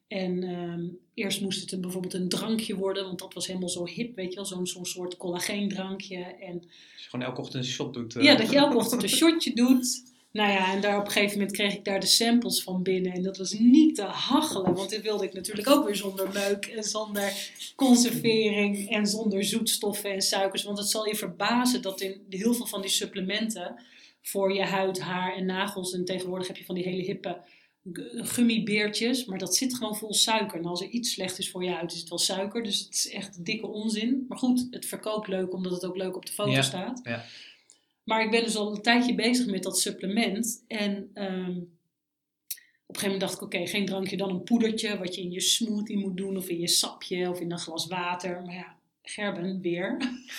En eerst moest het bijvoorbeeld een drankje worden, want dat was helemaal zo hip, weet je wel, zo'n soort collageendrankje. En dus je gewoon elke ochtend een shot doet. Ja, dat je elke ochtend een shotje doet. Nou ja, en daar op een gegeven moment kreeg ik daar de samples van binnen. En dat was niet te hachelen, want dit wilde ik natuurlijk ook weer zonder meuk en zonder conservering en zonder zoetstoffen en suikers. Want het zal je verbazen dat in heel veel van die supplementen voor je huid, haar en nagels, en tegenwoordig heb je van die hele hippe gummibeertjes, maar dat zit gewoon vol suiker. En als er iets slecht is voor je huid, is het wel suiker. Dus het is echt dikke onzin. Maar goed, het verkoopt leuk, omdat het ook leuk op de foto staat. Ja. Maar ik ben dus al een tijdje bezig met dat supplement. En op een gegeven moment dacht ik, oké, geen drankje, dan een poedertje, wat je in je smoothie moet doen, of in je sapje, of in een glas water. Maar ja, Gerben weer.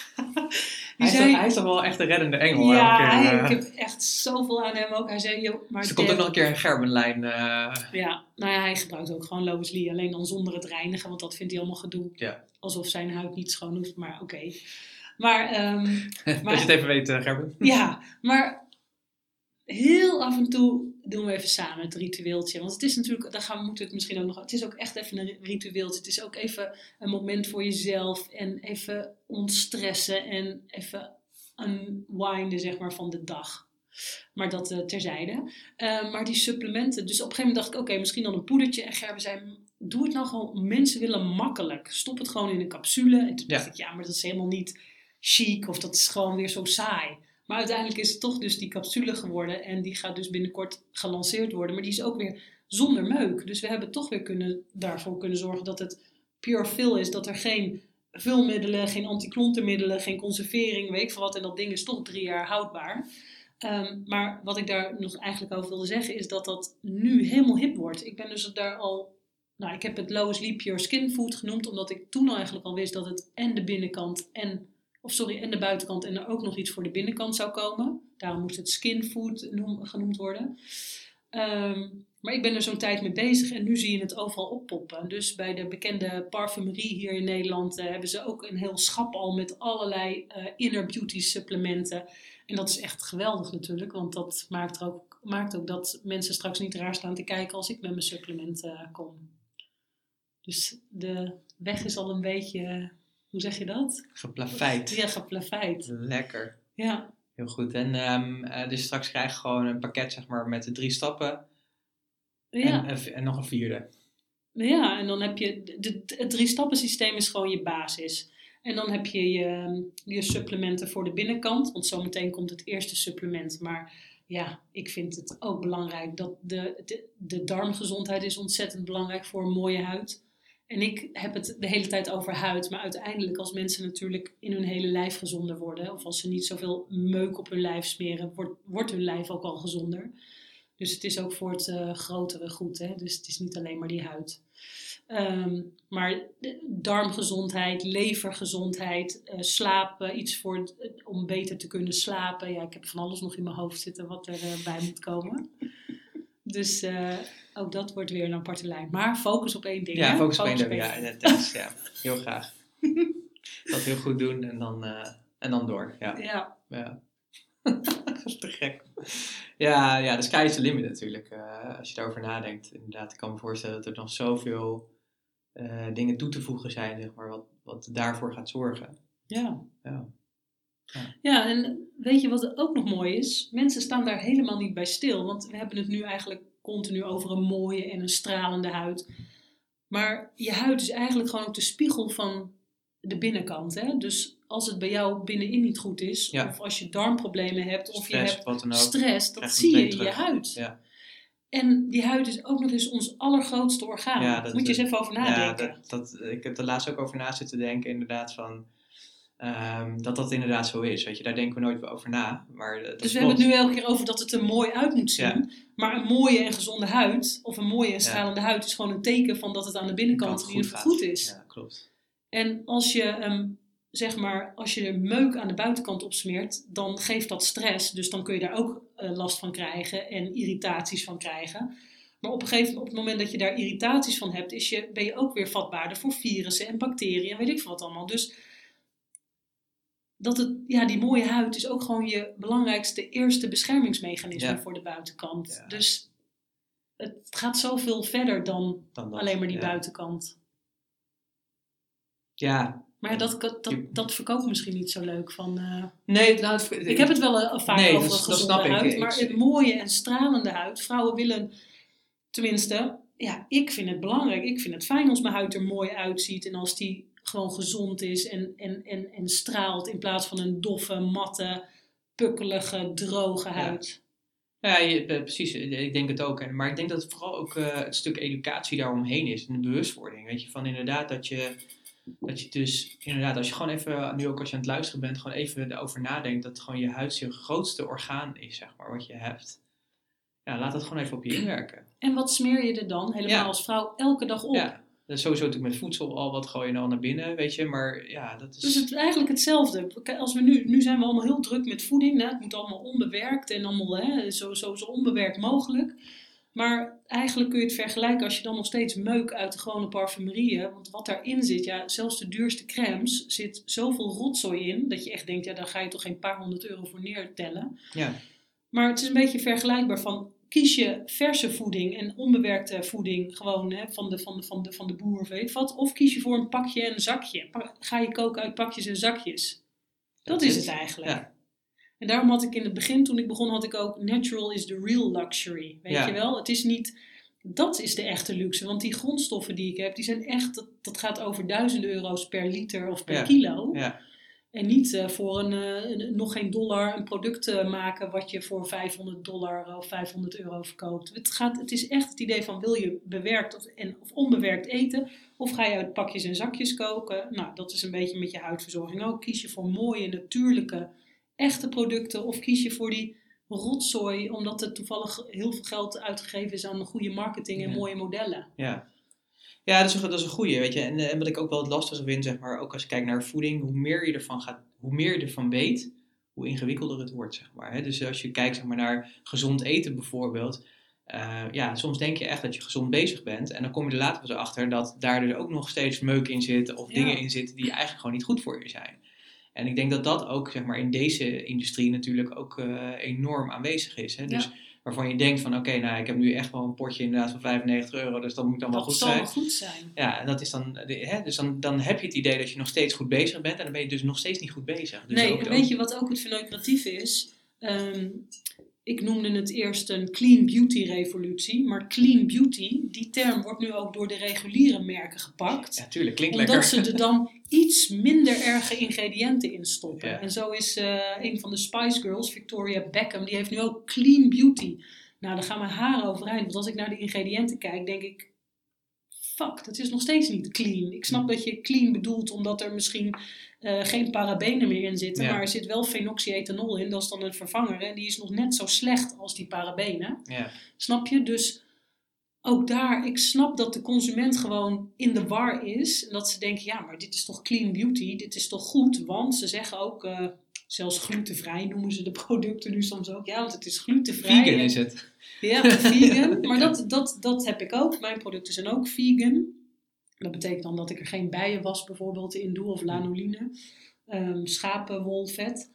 Hij is toch wel echt een reddende engel. Ja, ik heb echt zoveel aan hem ook. Hij zei, joh, maar dus er komt ook nog een keer een Gerbenlijn. Ja, nou ja, hij gebruikt ook gewoon Lois Lee, alleen dan zonder het reinigen, want dat vindt hij allemaal gedoe. Ja. Alsof zijn huid niet schoon hoeft, maar oké. Maar, als je het even weet, Gerben. Ja, maar heel af en toe doen we even samen het ritueeltje. Want het is natuurlijk, moeten we het misschien ook nog... Het is ook echt even een ritueeltje. Het is ook even een moment voor jezelf. En even ontstressen en even unwinden, zeg maar, van de dag. Maar dat terzijde. Maar die supplementen. Dus op een gegeven moment dacht ik, oké, misschien dan een poedertje. En Gerben zei, doe het nou gewoon. Mensen willen makkelijk. Stop het gewoon in een capsule. En toen dacht ik, ja, maar dat is helemaal niet chic. Of dat is gewoon weer zo saai. Maar uiteindelijk is het toch dus die capsule geworden. En die gaat dus binnenkort gelanceerd worden. Maar die is ook weer zonder meuk. Dus we hebben toch weer daarvoor kunnen zorgen dat het pure fill is. Dat er geen vulmiddelen, geen antiklontermiddelen, geen conservering, weet ik veel wat. En dat ding is toch 3 jaar houdbaar. Maar wat ik daar nog eigenlijk over wilde zeggen is dat dat nu helemaal hip wordt. Ik ben dus daar al... ik heb het Lois Lee Pure Skin Food genoemd. Omdat ik toen al eigenlijk al wist dat het en de binnenkant en de buitenkant en er ook nog iets voor de binnenkant zou komen. Daarom moest het skin food genoemd worden. Maar ik ben er zo'n tijd mee bezig en nu zie je het overal oppoppen. Dus bij de bekende parfumerie hier in Nederland hebben ze ook een heel schap al met allerlei inner beauty supplementen. En dat is echt geweldig natuurlijk, want dat maakt ook dat mensen straks niet raar staan te kijken als ik met mijn supplementen kom. Dus de weg is al een beetje, hoe zeg je dat? Geplaveid. Ja, geplaveid. Lekker. Ja. Heel goed. En dus straks krijg je gewoon een pakket, zeg maar, met de 3 stappen. Ja. En nog een 4e. Ja, en dan heb je, het 3-stappen systeem is gewoon je basis. En dan heb je je supplementen voor de binnenkant, want zometeen komt het eerste supplement. Maar ja, ik vind het ook belangrijk dat de darmgezondheid is ontzettend belangrijk voor een mooie huid. En ik heb het de hele tijd over huid, maar uiteindelijk als mensen natuurlijk in hun hele lijf gezonder worden, of als ze niet zoveel meuk op hun lijf smeren, wordt hun lijf ook al gezonder. Dus het is ook voor het grotere goed, hè? Dus het is niet alleen maar die huid. Maar darmgezondheid, levergezondheid, slapen, iets om beter te kunnen slapen. Ja, ik heb van alles nog in mijn hoofd zitten wat er bij moet komen. Dus ook dat wordt weer een aparte lijn. Maar focus op één ding. Ja, hè? focus op één ding. Ja, heel graag. Dat heel goed doen en dan door. Ja. Dat is te gek. Ja, de sky is the limit natuurlijk. Als je daarover nadenkt. Inderdaad, ik kan me voorstellen dat er nog zoveel dingen toe te voegen zijn, zeg maar, wat daarvoor gaat zorgen. Ja, en weet je wat er ook nog mooi is? Mensen staan daar helemaal niet bij stil. Want we hebben het nu eigenlijk continu over een mooie en een stralende huid. Maar je huid is eigenlijk gewoon ook de spiegel van de binnenkant. Hè? Dus als het bij jou binnenin niet goed is, of als je darmproblemen hebt, of stress, je hebt stress, dat zie je in je huid. Ja. En die huid is ook nog eens ons allergrootste orgaan. Daar moet je eens even over nadenken. Ik heb er laatst ook over na zitten denken, inderdaad, van dat inderdaad zo is. Weet je, daar denken we nooit over na. Maar, dus we hebben het nu elke keer over dat het er mooi uit moet zien. Ja. Maar een mooie en gezonde huid, of een mooie en stralende huid, is gewoon een teken van dat het aan de binnenkant in ieder geval goed is. Ja, klopt. En als je, als je er meuk aan de buitenkant opsmeert, dan geeft dat stress. Dus dan kun je daar ook last van krijgen en irritaties van krijgen. Maar op het moment dat je daar irritaties van hebt, ben je ook weer vatbaarder voor virussen en bacteriën en weet ik veel wat allemaal. Dus die mooie huid is ook gewoon je belangrijkste eerste beschermingsmechanisme voor de buitenkant. Ja. Dus het gaat zoveel verder dan alleen maar die buitenkant. Ja. Maar dat verkoopt misschien niet zo leuk. Nee, ik heb het wel vaak over een gezonde huid. Maar het mooie en stralende huid. Vrouwen willen, tenminste, ja, ik vind het belangrijk. Ik vind het fijn als mijn huid er mooi uitziet. En als die gewoon gezond is en straalt. In plaats van een doffe, matte, pukkelige, droge huid. Ja, precies. Ik denk het ook. Maar ik denk dat het vooral ook het stuk educatie daaromheen is. En de bewustwording. Weet je, van inderdaad dat je dus, inderdaad, als je gewoon even, nu ook als je aan het luisteren bent, gewoon even erover nadenkt dat gewoon je huid je grootste orgaan is, zeg maar, wat je hebt. Ja, laat dat gewoon even op je inwerken. En wat smeer je er dan helemaal als vrouw elke dag op? Ja, dat is sowieso natuurlijk met voedsel al, wat gooi je al naar binnen, weet je, maar ja, dat is... Dus het is eigenlijk hetzelfde. Als we nu zijn we allemaal heel druk met voeding, het moet allemaal onbewerkt en allemaal zo onbewerkt mogelijk. Maar eigenlijk kun je het vergelijken als je dan nog steeds meuk uit de gewone parfumerieën. Want wat daarin zit, zelfs de duurste crèmes, zit zoveel rotzooi in. Dat je echt denkt, daar ga je toch geen paar €100 voor neertellen. Ja. Maar het is een beetje vergelijkbaar van, kies je verse voeding en onbewerkte voeding gewoon van de boer of weet wat. Of kies je voor een pakje en een zakje. Ga je koken uit pakjes en zakjes. Dat is het eigenlijk. Ja. En daarom had ik in het begin, toen ik begon, had ik ook natural is the real luxury. Weet je wel? Het is niet, dat is de echte luxe. Want die grondstoffen die ik heb, die zijn echt, dat gaat over €1000 per liter of per kilo. Ja. En niet voor nog geen dollar een product maken wat je voor $500 of €500 verkoopt. Het is echt het idee van, wil je bewerkt of onbewerkt eten? Of ga je uit pakjes en zakjes koken? Nou, dat is een beetje met je huidverzorging ook. Kies je voor mooie, natuurlijke, echte producten, of kies je voor die rotzooi omdat er toevallig heel veel geld uitgegeven is aan goede marketing en mooie modellen. Ja, dat is een goeie, weet je. En wat ik ook wel het lastige vind, zeg maar, ook als je kijkt naar voeding, hoe meer je ervan weet, hoe ingewikkelder het wordt, zeg maar. Hè? Dus als je kijkt, zeg maar, naar gezond eten bijvoorbeeld, soms denk je echt dat je gezond bezig bent en dan kom je er later wel achter dat daar dus ook nog steeds meuk in zit of dingen in zitten die eigenlijk gewoon niet goed voor je zijn. En ik denk dat dat ook zeg maar in deze industrie natuurlijk ook enorm aanwezig is. Hè? Dus waarvan je denkt van oké, nou ik heb nu echt wel een potje inderdaad van €95, dus dat moet dan wel goed zijn. Dat zal wel goed zijn. Ja, en dat is dan, dus dan heb je het idee dat je nog steeds goed bezig bent en dan ben je dus nog steeds niet goed bezig. Dus Nee, en weet je wat ook het verneukeratieve is? Ik noemde het eerst een clean beauty revolutie, maar clean beauty, die term wordt nu ook door de reguliere merken gepakt. Ja, tuurlijk, klinkt omdat lekker. ze er dan iets minder erge ingrediënten in stoppen. Ja. En zo is een van de Spice Girls, Victoria Beckham, die heeft nu ook clean beauty. Nou, daar gaan mijn haren overeind, want als ik naar de ingrediënten kijk, denk ik, fuck, dat is nog steeds niet clean. Ik snap dat je clean bedoelt omdat er misschien geen parabenen meer in zitten, maar er zit wel phenoxyethanol in, dat is dan een vervanger en die is nog net zo slecht als die parabenen. Ja. Snap je? Dus ook daar, ik snap dat de consument gewoon in de war is en dat ze denken, ja, maar dit is toch clean beauty, dit is toch goed, want ze zeggen ook, zelfs glutenvrij noemen ze de producten nu soms ook, ja, want het is glutenvrij. Vegan is het. Ja, vegan, maar dat heb ik ook. Mijn producten zijn ook vegan. Dat betekent dan dat ik er geen bijenwas bijvoorbeeld in doe of lanoline, schapenwolvet.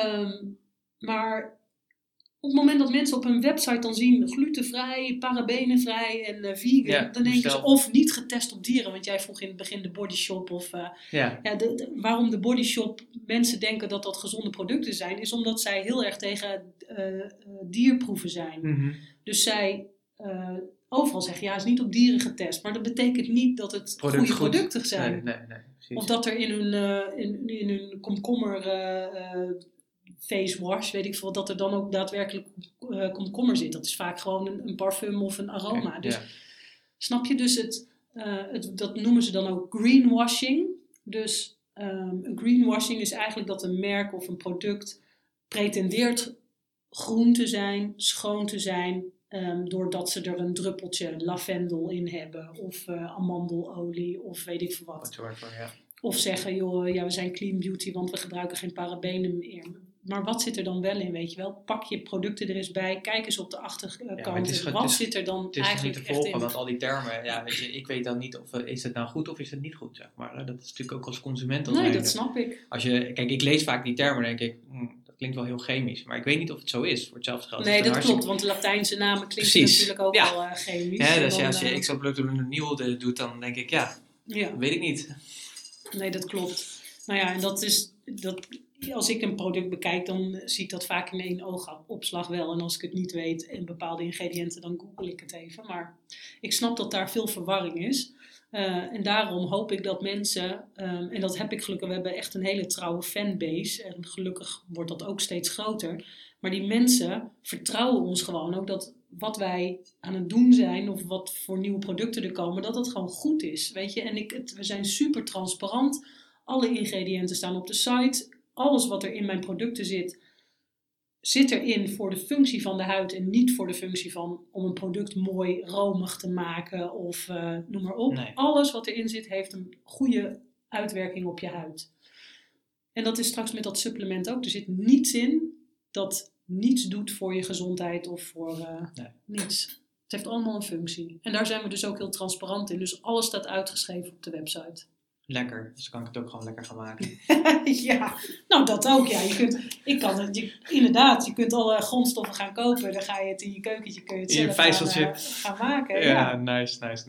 Maar op het moment dat mensen op hun website dan zien glutenvrij, parabenenvrij en vegan, dan denken ze of niet getest op dieren, want jij vroeg in het begin de Body Shop of waarom de Body Shop mensen denken dat dat gezonde producten zijn, is omdat zij heel erg tegen dierproeven zijn. Mm-hmm. Dus zij overal zeggen, ja, het is niet op dieren getest. Maar dat betekent niet dat het goede producten zijn. Nee, of dat er in hun komkommer face wash, weet ik veel, dat er dan ook daadwerkelijk komkommer zit. Dat is vaak gewoon een parfum of een aroma. Dus snap je? Dus dat noemen ze dan ook greenwashing. Dus greenwashing is eigenlijk dat een merk of een product pretendeert groen te zijn, schoon te zijn, doordat ze er een druppeltje lavendel in hebben of amandelolie of weet ik veel wat. Of zeggen, joh, ja, we zijn clean beauty, want we gebruiken geen parabenen meer. Maar wat zit er dan wel in, weet je wel? Pak je producten er eens bij, kijk eens op de achterkant. Wat zit er dan eigenlijk echt in? Het is niet te volgen, want al die termen, ja, weet je, ik weet dan niet of is het nou goed of is het niet goed, zeg maar. Dat is natuurlijk ook als consument. Nee, dat snap ik. Kijk, ik lees vaak die termen en denk ik, dat klinkt wel heel chemisch. Maar ik weet niet of het zo is, voor hetzelfde geld. Nee, dat klopt, want de Latijnse namen klinken natuurlijk ook al chemisch. Ja, dus dan, als je exopleutulen nieuw doet, dan denk ik, weet ik niet. Nee, dat klopt. Nou ja, en dat is, als ik een product bekijk, dan zie ik dat vaak in één oogopslag wel. En als ik het niet weet en bepaalde ingrediënten, dan google ik het even. Maar ik snap dat daar veel verwarring is. En daarom hoop ik dat mensen, en dat heb ik gelukkig, we hebben echt een hele trouwe fanbase. En gelukkig wordt dat ook steeds groter. Maar die mensen vertrouwen ons gewoon ook dat wat wij aan het doen zijn of wat voor nieuwe producten er komen, dat het gewoon goed is. Weet je? En we zijn super transparant. Alle ingrediënten staan op de site. Alles wat er in mijn producten zit erin voor de functie van de huid en niet voor de functie van om een product mooi romig te maken of noem maar op. Nee. Alles wat erin zit heeft een goede uitwerking op je huid. En dat is straks met dat supplement ook. Er zit niets in dat niets doet voor je gezondheid of voor niets. Het heeft allemaal een functie. En daar zijn we dus ook heel transparant in. Dus alles staat uitgeschreven op de website. Lekker, dus kan ik het ook gewoon lekker gaan maken. Ja, nou dat ook. Ja. Inderdaad, je kunt alle grondstoffen gaan kopen. Dan ga je het in je keukentje kun je het zelf gaan maken. Ja, nice.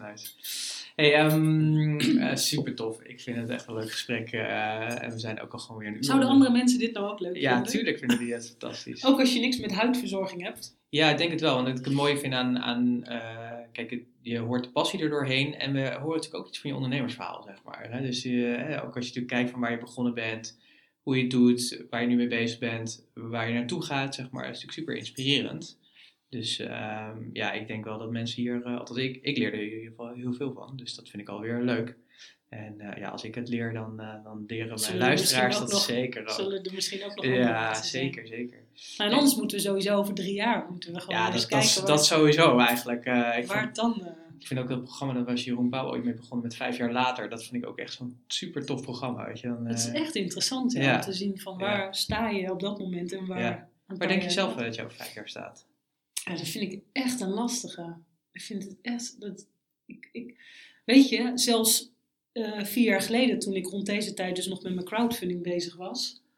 Hey, super tof. Ik vind het echt een leuk gesprek. En we zijn ook al gewoon weer een uur. Zouden andere mensen dit nou ook leuk vinden? Ja, tuurlijk vinden die het fantastisch. Ook als je niks met huidverzorging hebt? Ja, ik denk het wel. Want ik het mooie vind aan kijk, je hoort de passie er doorheen. En we horen natuurlijk ook iets van je ondernemersverhaal, zeg maar. Hè? Dus ook als je natuurlijk kijkt van waar je begonnen bent, hoe je het doet, waar je nu mee bezig bent, waar je naartoe gaat, zeg maar. Dat is natuurlijk super inspirerend. Dus ik denk wel dat mensen hier, althans ik leerde er in ieder geval heel veel van. Dus dat vind ik alweer leuk. En als ik het leer, dan leren mijn luisteraars dat zeker ook. Zullen er misschien ook nog zeker. Nou, en anders moeten we sowieso over 3 jaar moeten we gewoon eens kijken. Dat sowieso eigenlijk. Ik vind ook dat programma, dat was Jeroen Pauw ooit mee begonnen met 5 jaar later. Dat vind ik ook echt zo'n super tof programma. Weet je. Het is echt interessant om te zien van waar sta je op dat moment en waar... Ja. Waar denk je zelf dat je over 5 jaar staat? Ja, dat vind ik echt een lastige. Ik vind het echt... weet je, zelfs 4 jaar geleden toen ik rond deze tijd dus nog met mijn crowdfunding bezig was,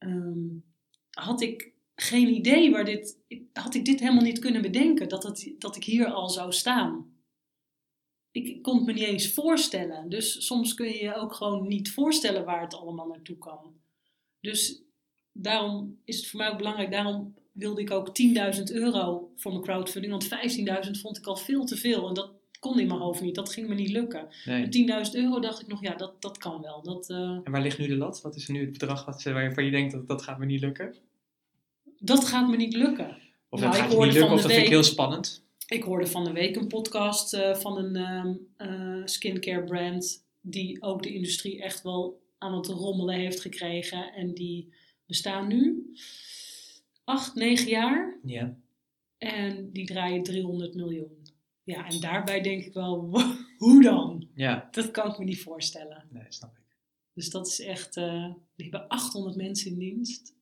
had ik geen idee had ik dit helemaal niet kunnen bedenken, dat ik hier al zou staan. Ik kon het me niet eens voorstellen. Dus soms kun je je ook gewoon niet voorstellen waar het allemaal naartoe kan. Dus daarom is het voor mij ook belangrijk. Daarom wilde ik ook €10.000 voor mijn crowdfunding. Want 15.000 vond ik al veel te veel. En dat kon in mijn hoofd niet. Dat ging me niet lukken. Nee. Met €10.000 dacht ik nog, ja, dat kan wel. En waar ligt nu de lat? Wat is nu het bedrag waarvan je denkt dat gaat me niet lukken? Dat gaat me niet lukken. Of Nou, dat ik gaat je hoorde niet lukken, van of de dat vind ik week- heel spannend. Ik hoorde van de week een podcast van een skincare brand die ook de industrie echt wel aan het rommelen heeft gekregen. En die bestaan nu 8, 9 jaar Ja. en die draaien 300 miljoen. Ja, en daarbij denk ik wel, hoe dan? Ja. Dat kan ik me niet voorstellen. Nee, snap ik. Dus dat is echt, die hebben 800 mensen in dienst.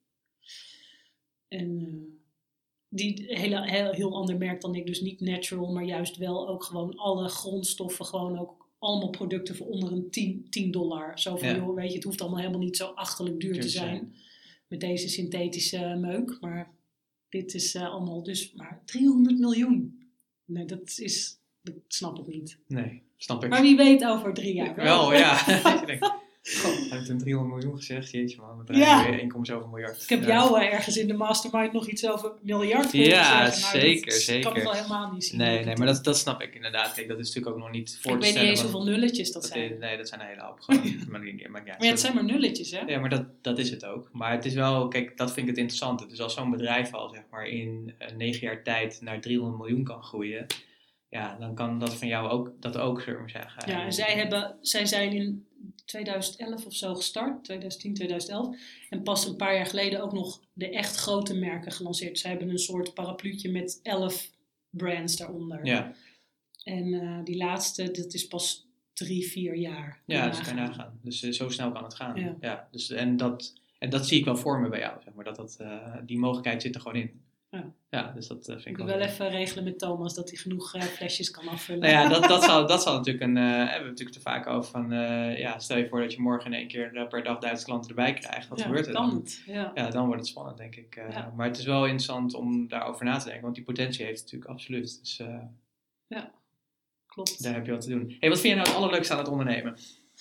En die heel ander merk dan ik, dus niet natural, maar juist wel ook gewoon alle grondstoffen, gewoon ook allemaal producten voor onder een $10. Zo van, joh, weet je, het hoeft allemaal helemaal niet zo achterlijk duur te zijn. Met deze synthetische meuk, maar dit is allemaal dus maar 300 miljoen. Nee, dat snap ik niet. Nee, snap ik. Maar wie weet over 3 jaar wel. Ja. Ik denk, hij heeft een 300 miljoen gezegd. Jeetje man, we draaien weer 1,7 miljard. Ik heb jou ergens in de mastermind nog iets over miljard voor ja, zeggen. zeker. Ik kan het wel helemaal niet zien. Nee, maar dat snap ik inderdaad. Kijk, dat is natuurlijk ook nog niet voor te stellen. Ik weet niet eens hoeveel nulletjes dat zijn. Nee, dat zijn een hele hoop. Gewoon, maar het zijn maar nulletjes, hè? Ja, maar dat is het ook. Maar het is wel, kijk, dat vind ik het interessante. Dus als zo'n bedrijf al, zeg maar, in 9 jaar tijd naar 300 miljoen kan groeien, ja, dan kan dat van jou ook, zullen we maar zeggen. Ja, en zij zijn in 2011 of zo gestart, 2010, 2011. En pas een paar jaar geleden ook nog de echt grote merken gelanceerd. Zij hebben een soort parapluutje met 11 brands daaronder. Ja. En die laatste, dat is pas 3-4 jaar. Ja, dat kan je nagaan. Dus zo snel kan het gaan. Ja. Dus, en dat zie ik wel voor me bij jou, zeg maar. Die mogelijkheid zit er gewoon in. Ja, dus dat vind ik wel even regelen met Thomas dat hij genoeg flesjes kan afvullen. Nou ja, dat zal natuurlijk hebben we natuurlijk te vaak over van, stel je voor dat je morgen in één keer per dag 1000 klanten erbij krijgt. Wat gebeurt er dan? Ja, dan wordt het spannend, denk ik. Maar het is wel interessant om daarover na te denken, want die potentie heeft het natuurlijk absoluut. Dus, ja, klopt. Daar heb je wat te doen. Hey, wat vind je nou het allerleukste aan het ondernemen?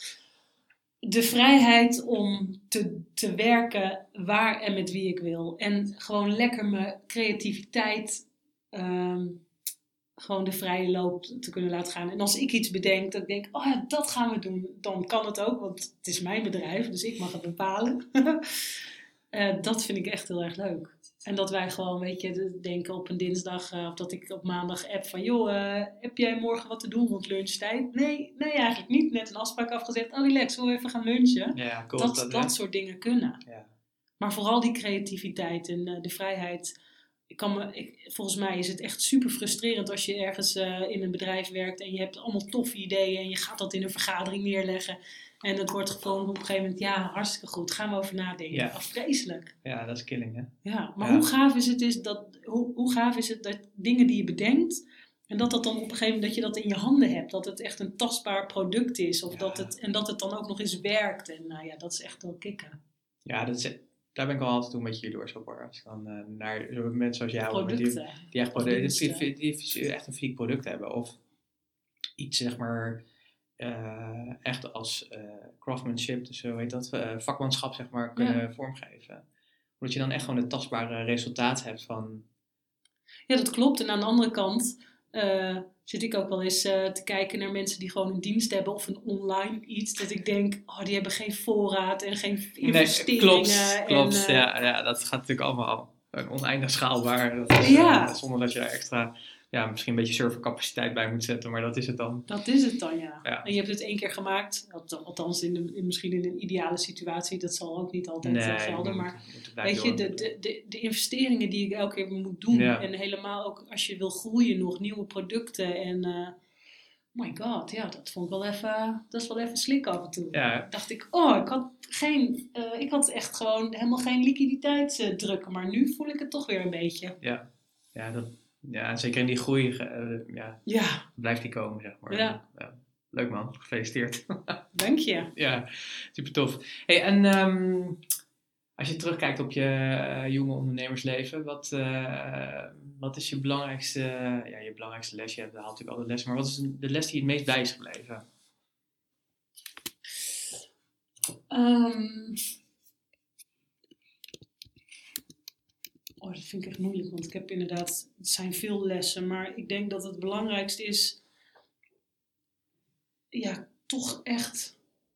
De vrijheid om te werken waar en met wie ik wil. En gewoon lekker mijn creativiteit gewoon de vrije loop te kunnen laten gaan. En als ik iets bedenk, dat ik denk, oh ja, dat gaan we doen. Dan kan het ook, want het is mijn bedrijf, dus ik mag het bepalen. Dat vind ik echt heel erg leuk. En dat wij gewoon, weet je, denken op een dinsdag of dat ik op maandag app van, joh, heb jij morgen wat te doen rond lunchtijd? Nee, eigenlijk niet. Net een afspraak afgezegd. Oh, relax, zullen we even gaan lunchen? Ja, cool, dat soort dingen kunnen. Ja. Maar vooral die creativiteit en de vrijheid. Volgens mij is het echt super frustrerend als je ergens in een bedrijf werkt en je hebt allemaal toffe ideeën en je gaat dat in een vergadering neerleggen. En het wordt gewoon op een gegeven moment, ja, hartstikke goed, gaan we over nadenken. Ja. Vreselijk. Ja, dat is killing, hè? Ja, maar hoe gaaf is het hoe gaaf is het dat dingen die je bedenkt en dat dan op een gegeven moment dat je dat in je handen hebt, dat het echt een tastbaar product is of dat het dan ook nog eens werkt en dat is echt wel kicken. Ja, daar ben ik wel altijd een beetje jaloers op, hoor. Als je dan naar mensen zoals jou, producten, die echt een fysiek product hebben of iets, zeg maar, echt als craftsmanship, dus zo heet dat, vakmanschap, zeg maar, kunnen vormgeven. Omdat je dan echt gewoon het tastbare resultaat hebt van. Ja, dat klopt. En aan de andere kant zit ik ook wel eens te kijken naar mensen die gewoon een dienst hebben of een online iets. Dat ik denk, die hebben geen voorraad en geen investeringen. Nee, klopt. Ja, dat gaat natuurlijk allemaal oneindig schaalbaar. Zonder dat je daar extra, misschien een beetje servercapaciteit bij moet zetten, maar dat is het dan. Dat is het dan, ja. En je hebt het 1 keer gemaakt, althans misschien in een ideale situatie, dat zal ook niet altijd gelden, maar weet je, de investeringen die ik elke keer moet doen en helemaal ook als je wil groeien nog, nieuwe producten en my god, dat vond ik wel even, dat is wel even slik af en toe. Ja. Dacht ik, ik had echt gewoon helemaal geen liquiditeitsdruk, maar nu voel ik het toch weer een beetje. Ja, zeker in die groei blijft die komen, zeg maar. Ja. Leuk, man. Gefeliciteerd. Dank je. Ja, super tof. Hey, en Als je terugkijkt op je jonge ondernemersleven, wat is je belangrijkste, je belangrijkste les? Je haalt natuurlijk al de les, maar wat is de les die je het meest bij is gebleven? Dat vind ik echt moeilijk, want ik heb inderdaad, het zijn veel lessen, maar ik denk dat het belangrijkste is, toch echt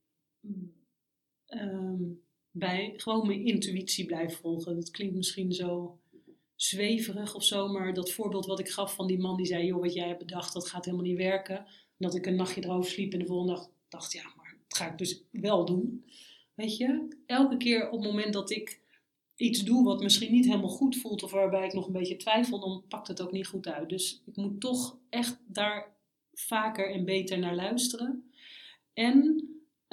bij gewoon mijn intuïtie blijven volgen. Dat klinkt misschien zo zweverig of zo, maar dat voorbeeld wat ik gaf van die man die zei, joh, wat jij hebt bedacht, dat gaat helemaal niet werken. En dat ik een nachtje erover sliep en de volgende dag dacht, ja, maar dat ga ik dus wel doen. Weet je, elke keer op het moment dat ik iets doe wat misschien niet helemaal goed voelt of waarbij ik nog een beetje twijfel, dan pakt het ook niet goed uit. Dus ik moet toch echt daar vaker en beter naar luisteren. En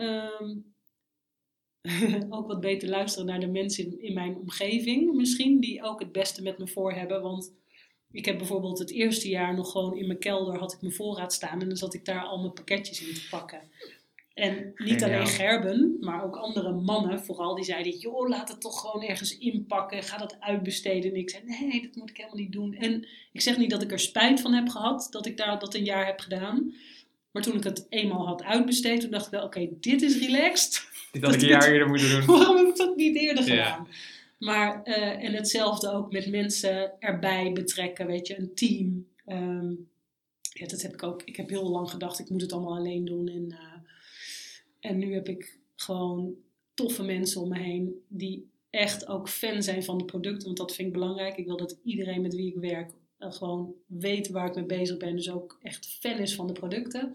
ook wat beter luisteren naar de mensen in mijn omgeving misschien, die ook het beste met me voor hebben. Want ik heb bijvoorbeeld het eerste jaar nog gewoon in mijn kelder had ik mijn voorraad staan en dan zat ik daar al mijn pakketjes in te pakken. En niet alleen Gerben, maar ook andere mannen vooral, die zeiden, joh, laat het toch gewoon ergens inpakken, ga dat uitbesteden. En ik zei, nee, dat moet ik helemaal niet doen. En ik zeg niet dat ik er spijt van heb gehad, dat ik dat een jaar heb gedaan. Maar toen ik het eenmaal had uitbesteed, toen dacht ik wel, oké, dit is relaxed. Dit had ik een jaar eerder moeten doen. Waarom heb ik dat niet eerder gedaan? Maar, en hetzelfde ook met mensen erbij betrekken, weet je, een team. Dat heb ik ook. Ik heb heel lang gedacht, ik moet het allemaal alleen doen. En nu heb ik gewoon toffe mensen om me heen die echt ook fan zijn van de producten. Want dat vind ik belangrijk. Ik wil dat iedereen met wie ik werk gewoon weet waar ik mee bezig ben. Dus ook echt fan is van de producten.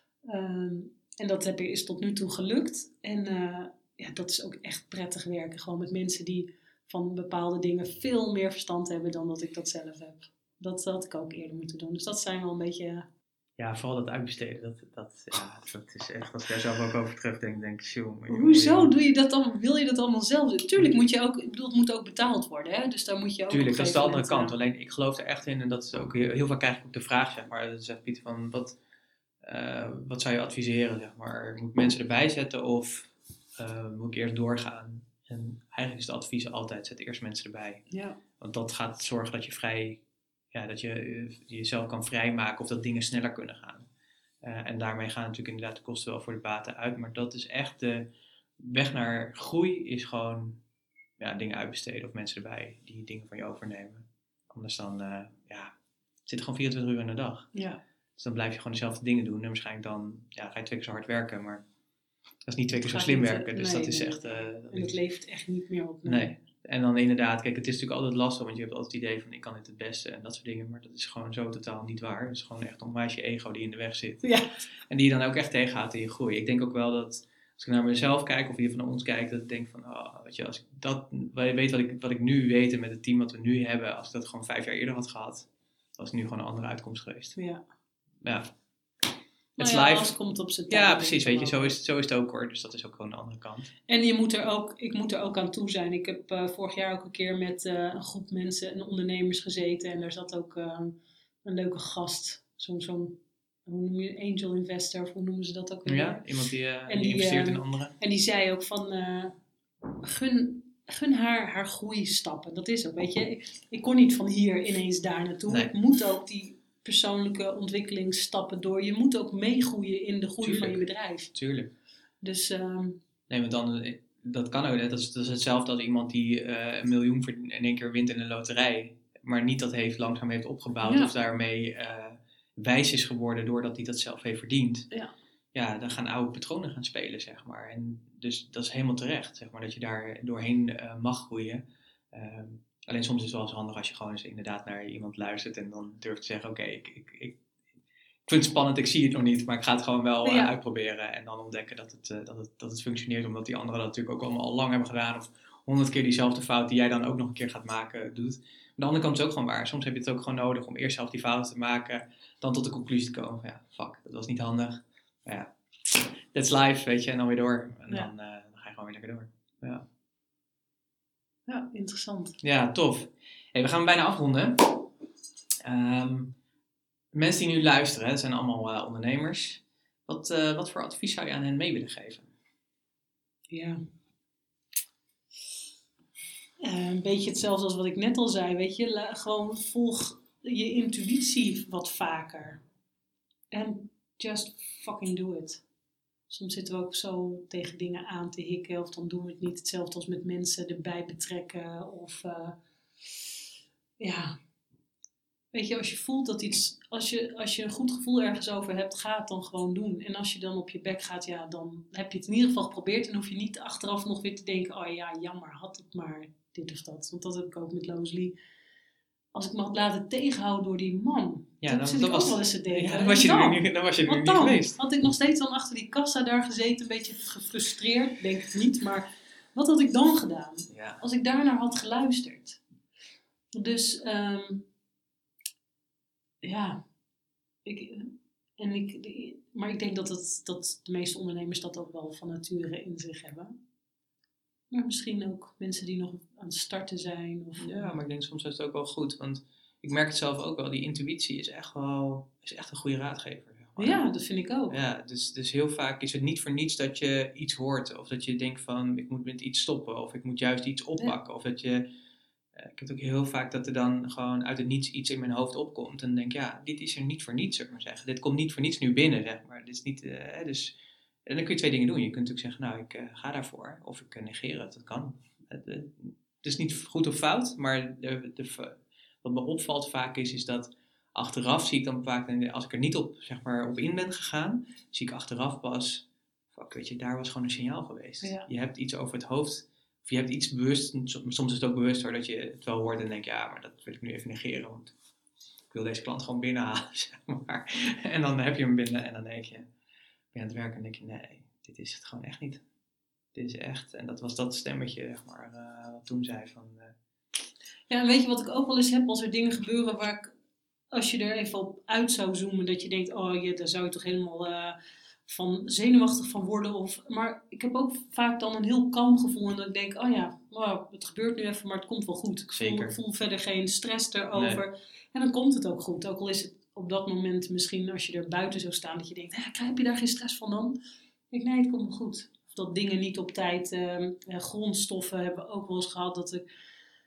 En dat is tot nu toe gelukt. En dat is ook echt prettig werken. Gewoon met mensen die van bepaalde dingen veel meer verstand hebben dan dat ik dat zelf heb. Dat had ik ook eerder moeten doen. Dus dat zijn wel een beetje... Ja, vooral dat uitbesteden. Dat is echt, als ik daar zelf ook over terugdenk, denk ik, hoezo doe je dat dan? Wil je dat allemaal zelf doen? Tuurlijk moet je ook, ik bedoel, het moet ook betaald worden, hè? Dus daar moet je ook. Tuurlijk, dat is de andere kant. Alleen ik geloof er echt in, en dat is ook heel vaak krijg ik ook de vraag, zeg maar, dan zegt Pieter van, wat zou je adviseren, zeg maar? Moet ik mensen erbij zetten of moet ik eerst doorgaan? En eigenlijk is het advies altijd, zet eerst mensen erbij. Ja. Want dat gaat zorgen dat je dat je jezelf kan vrijmaken of dat dingen sneller kunnen gaan. En daarmee gaan natuurlijk inderdaad de kosten wel voor de baten uit. Maar dat is echt de weg naar groei, is gewoon dingen uitbesteden of mensen erbij die dingen van je overnemen. Anders dan zit er gewoon 24 uur in de dag. Ja. Dus dan blijf je gewoon dezelfde dingen doen. En waarschijnlijk dan ga je 2 keer zo hard werken. Maar dat is niet 2 keer zo slim werken. Dus dat is echt... en het levert echt niet meer op. Nee. En dan inderdaad, kijk, het is natuurlijk altijd lastig, want je hebt altijd het idee van ik kan dit het beste en dat soort dingen, maar dat is gewoon zo totaal niet waar. Het is gewoon echt onwijs je ego die in de weg zit. Ja. En die je dan ook echt tegenhoudt in je groei. Ik denk ook wel dat, als ik naar mezelf kijk of hier van ons kijk, dat ik denk van, weet je, als ik dat weet wat ik nu weet en met het team wat we nu hebben, als ik dat gewoon 5 jaar eerder had gehad, was nu gewoon een andere uitkomst geweest. Ja. It's life. Alles komt op zijn tijd. Ja, precies. Weet je, zo is het ook hoor. Dus dat is ook gewoon de andere kant. En ik moet er ook aan toe zijn. Ik heb vorig jaar ook een keer met een groep mensen en ondernemers gezeten. En daar zat ook een leuke gast. Zo'n hoe noem je angel investor, of hoe noemen ze dat ook weer? Ja, iemand die investeert in anderen. En die zei ook van, gun haar groeistappen. Dat is ook, weet je. Ik kon niet van hier ineens daar naartoe. Nee. Ik moet ook die persoonlijke ontwikkelingsstappen door. Je moet ook meegroeien in de groei van je bedrijf. Tuurlijk. Dus... nee, want dan, dat kan ook. Dat is hetzelfde als iemand die 1 miljoen in 1 keer wint in een loterij. Maar niet dat langzaam heeft opgebouwd. Ja. Of daarmee wijs is geworden doordat hij dat zelf heeft verdiend. Ja. Ja, dan gaan oude patronen gaan spelen, zeg maar. En dus dat is helemaal terecht, zeg maar. Dat je daar doorheen mag groeien. Alleen soms is het wel eens handig als je gewoon eens inderdaad naar iemand luistert en dan durft te zeggen, oké, ik vind het spannend, ik zie het nog niet, maar ik ga het gewoon wel uitproberen en dan ontdekken dat het functioneert, omdat die anderen dat natuurlijk ook allemaal al lang hebben gedaan of 100 keer diezelfde fout die jij dan ook nog een keer gaat maken doet. Maar de andere kant is ook gewoon waar. Soms heb je het ook gewoon nodig om eerst zelf die fouten te maken, dan tot de conclusie te komen van fuck, dat was niet handig. Maar ja, that's life, weet je, en dan weer door. En dan ga je gewoon weer lekker door. Ja. Ja, interessant. Ja, tof. Hey, we gaan bijna afronden. Mensen die nu luisteren, dat zijn allemaal ondernemers. Wat voor advies zou je aan hen mee willen geven? Ja. Een beetje hetzelfde als wat ik net al zei, weet je. Gewoon volg je intuïtie wat vaker. En just fucking do it. Soms zitten we ook zo tegen dingen aan te hikken. Of dan doen we het niet hetzelfde als met mensen erbij betrekken. Of weet je, als je voelt dat iets... Als je een goed gevoel ergens over hebt, ga het dan gewoon doen. En als je dan op je bek gaat, dan heb je het in ieder geval geprobeerd. En hoef je niet achteraf nog weer te denken, oh ja, jammer, had ik maar dit of dat. Want dat heb ik ook met Lois Lee. Als ik me had laten tegenhouden door die man, dan zit ik ook wel eens te denken. Ja, dan was je er nu niet geweest. Had ik nog steeds dan achter die kassa daar gezeten, een beetje gefrustreerd, denk ik niet. Maar wat had ik dan gedaan? Ja. Als ik daarnaar had geluisterd. Dus... maar ik denk dat de meeste ondernemers dat ook wel van nature in zich hebben. Maar misschien ook mensen die nog aan het starten zijn. Ja, maar ik denk soms is het ook wel goed. Want ik merk het zelf ook wel. Die intuïtie is echt een goede raadgever. Zeg maar. Ja, dat vind ik ook. Ja, dus heel vaak is het niet voor niets dat je iets hoort. Of dat je denkt van, ik moet met iets stoppen. Of ik moet juist iets oppakken. Ja. Of dat je... Ik heb het ook heel vaak dat er dan gewoon uit het niets iets in mijn hoofd opkomt. En dan denk ik, dit is er niet voor niets, zeg maar zeggen. Dit komt niet voor niets nu binnen, zeg maar. Dit is niet, dus... En dan kun je 2 dingen doen. Je kunt natuurlijk zeggen, ik ga daarvoor. Of ik negeer het, dat kan. Het is niet goed of fout, maar wat me opvalt vaak is dat achteraf zie ik dan vaak, als ik er niet op in ben gegaan, zie ik achteraf pas, weet je, daar was gewoon een signaal geweest. Ja. Je hebt iets over het hoofd. Of je hebt iets bewust, soms is het ook bewust hoor, dat je het wel hoort en denkt, maar dat wil ik nu even negeren, want ik wil deze klant gewoon binnenhalen, zeg maar. En dan heb je hem binnen en dan denk je, ben je aan het werken en denk je, nee, dit is het gewoon echt niet. Dit is echt, en dat was dat stemmetje, zeg maar, wat toen zei van... Ja, en weet je wat ik ook wel eens heb, als er dingen gebeuren waar ik, als je er even op uit zou zoomen, dat je denkt, daar zou je toch helemaal... van zenuwachtig van worden. Maar ik heb ook vaak dan een heel kalm gevoel. En dat ik denk, het gebeurt nu even, maar het komt wel goed. Ik voel verder geen stress erover. Nee. En dan komt het ook goed. Ook al is het op dat moment misschien, als je er buiten zou staan, dat je denkt, heb je daar geen stress van dan? Ik denk, nee, het komt wel goed. Of dat dingen niet op tijd, grondstoffen hebben we ook wel eens gehad, dat ik...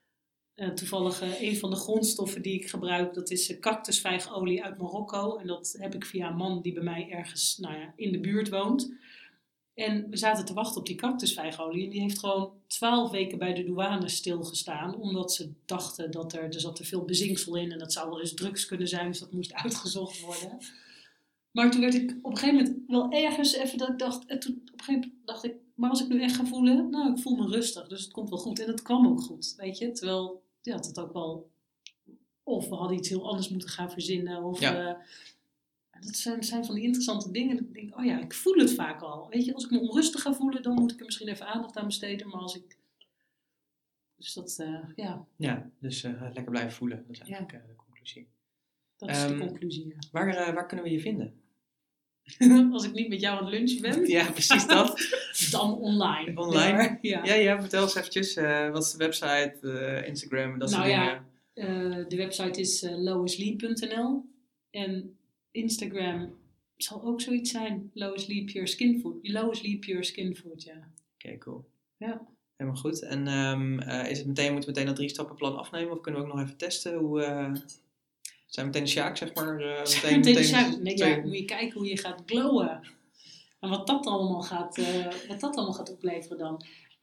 toevallig een van de grondstoffen die ik gebruik, dat is cactusvijgolie uit Marokko. En dat heb ik via een man die bij mij ergens in de buurt woont. En we zaten te wachten op die cactusvijgolie. En die heeft gewoon 12 weken bij de douane stilgestaan. Omdat ze dachten dat er zat te veel bezinksel in. En dat zou wel eens drugs kunnen zijn. Dus dat moest uitgezocht worden. Maar toen werd ik op een gegeven moment wel ergens even dat ik dacht... En toen op een gegeven moment dacht ik, maar als ik nu echt ga voelen... Nou, ik voel me rustig, dus het komt wel goed. En het kwam ook goed, weet je. Terwijl, het ook wel... Of we hadden iets heel anders moeten gaan verzinnen. Of, dat zijn van die interessante dingen. Dat ik denk, ik voel het vaak al. Weet je, als ik me onrustig ga voelen... dan moet ik er misschien even aandacht aan besteden. Maar als ik... Dus dat, Ja, dus lekker blijven voelen. Dat is eigenlijk de conclusie. Dat is de conclusie, ja. Waar kunnen we je vinden? Als ik niet met jou aan het lunchen ben. Ja, precies dat. Dan online. Online? Ja, vertel eens eventjes. Wat is de website, Instagram, dat soort dingen? De website is loislee.nl. En Instagram zal ook zoiets zijn. Lois Lee Pure Skin Food. Lois Lee Pure Skin Food, ja. Oké, cool. Ja. Helemaal goed. En moeten we meteen dat 3-stappenplan afnemen? Of kunnen we ook nog even testen? Zijn we meteen de Sjaak, zeg maar? Meteen de Sjaak. Nee, moet je kijken hoe je gaat glowen. En wat dat allemaal gaat opleveren dan.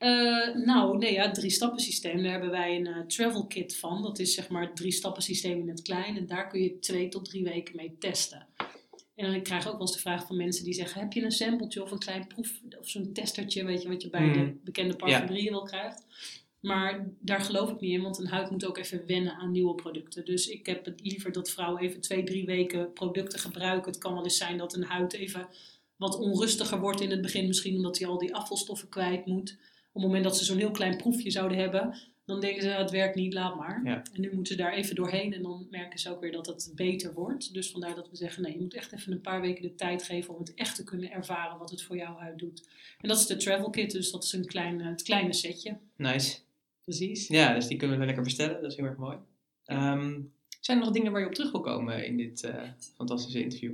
3-stappen systeem. Daar hebben wij een travel kit van. Dat is zeg maar het 3-stappen systeem in het klein. En daar kun je 2 tot 3 weken mee testen. En dan krijg ik ook wel eens de vraag van mensen die zeggen... Heb je een sampletje of een klein proef... Of zo'n testertje, weet je, wat je bij de bekende parfumerieën wel krijgt. Maar daar geloof ik niet in, want een huid moet ook even wennen aan nieuwe producten. Dus ik heb het liever dat vrouwen even 2-3 weken producten gebruiken. Het kan wel eens zijn dat een huid even wat onrustiger wordt in het begin. Misschien omdat hij al die afvalstoffen kwijt moet. Op het moment dat ze zo'n heel klein proefje zouden hebben, dan denken ze, het werkt niet, laat maar. Ja. En nu moeten ze daar even doorheen en dan merken ze ook weer dat het beter wordt. Dus vandaar dat we zeggen, nee, je moet echt even een paar weken de tijd geven om het echt te kunnen ervaren wat het voor jouw huid doet. En dat is de travel kit, dus dat is het kleine setje. Nice. Precies. Ja, dus die kunnen we lekker bestellen. Dat is heel erg mooi. Zijn er nog dingen waar je op terug wil komen in dit fantastische interview?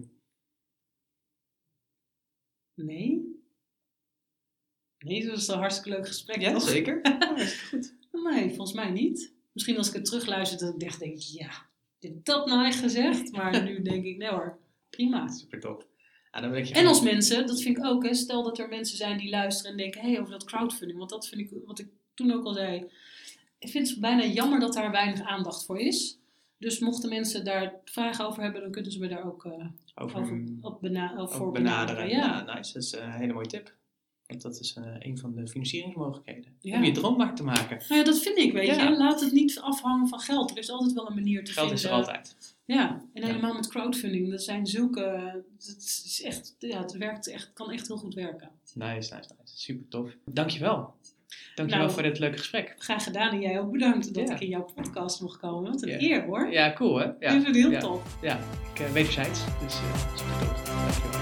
Nee, dat was een hartstikke leuk gesprek. Ja, toch? Zeker. Ja, dat is goed. Nee, volgens mij niet. Misschien als ik het terugluister dat ik denk ja, heb ik dat nou echt gezegd? Maar nu denk ik, nee hoor, prima. Super top. Dan wil ik je En als mensen, dat vind ik ook, stel dat er mensen zijn die luisteren en denken, over dat crowdfunding, want dat vind ik, wat ik toen ook al zei, ik vind het bijna jammer dat daar weinig aandacht voor is. Dus mochten mensen daar vragen over hebben, dan kunnen ze me daar ook voor benaderen. Ja, nice. Dat is een hele mooie tip. Want dat is een van de financieringsmogelijkheden. Om je droom waar te maken. Nou ja, dat vind ik, weet je. Laat het niet afhangen van geld. Er is altijd wel een manier te vinden. Geld is er altijd. Ja, en helemaal met crowdfunding. Dat zijn zulke... Het is echt... Ja, het werkt echt, kan echt heel goed werken. Nice. Super tof. Dankjewel. Dankjewel voor dit leuke gesprek. Graag gedaan en jij ook bedankt dat ik in jouw podcast mocht komen. Wat een eer hoor. Ja, cool hè? Ja. Ik vind het heel tof. Ja, wederzijds. Dus super tof. Dankjewel.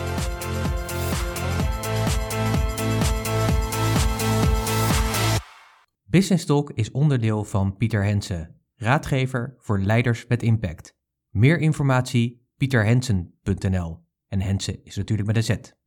Business Talk is onderdeel van Pieter Hensen, raadgever voor leiders met impact. Meer informatie pieterhensen.nl en Hensen is natuurlijk met een Z.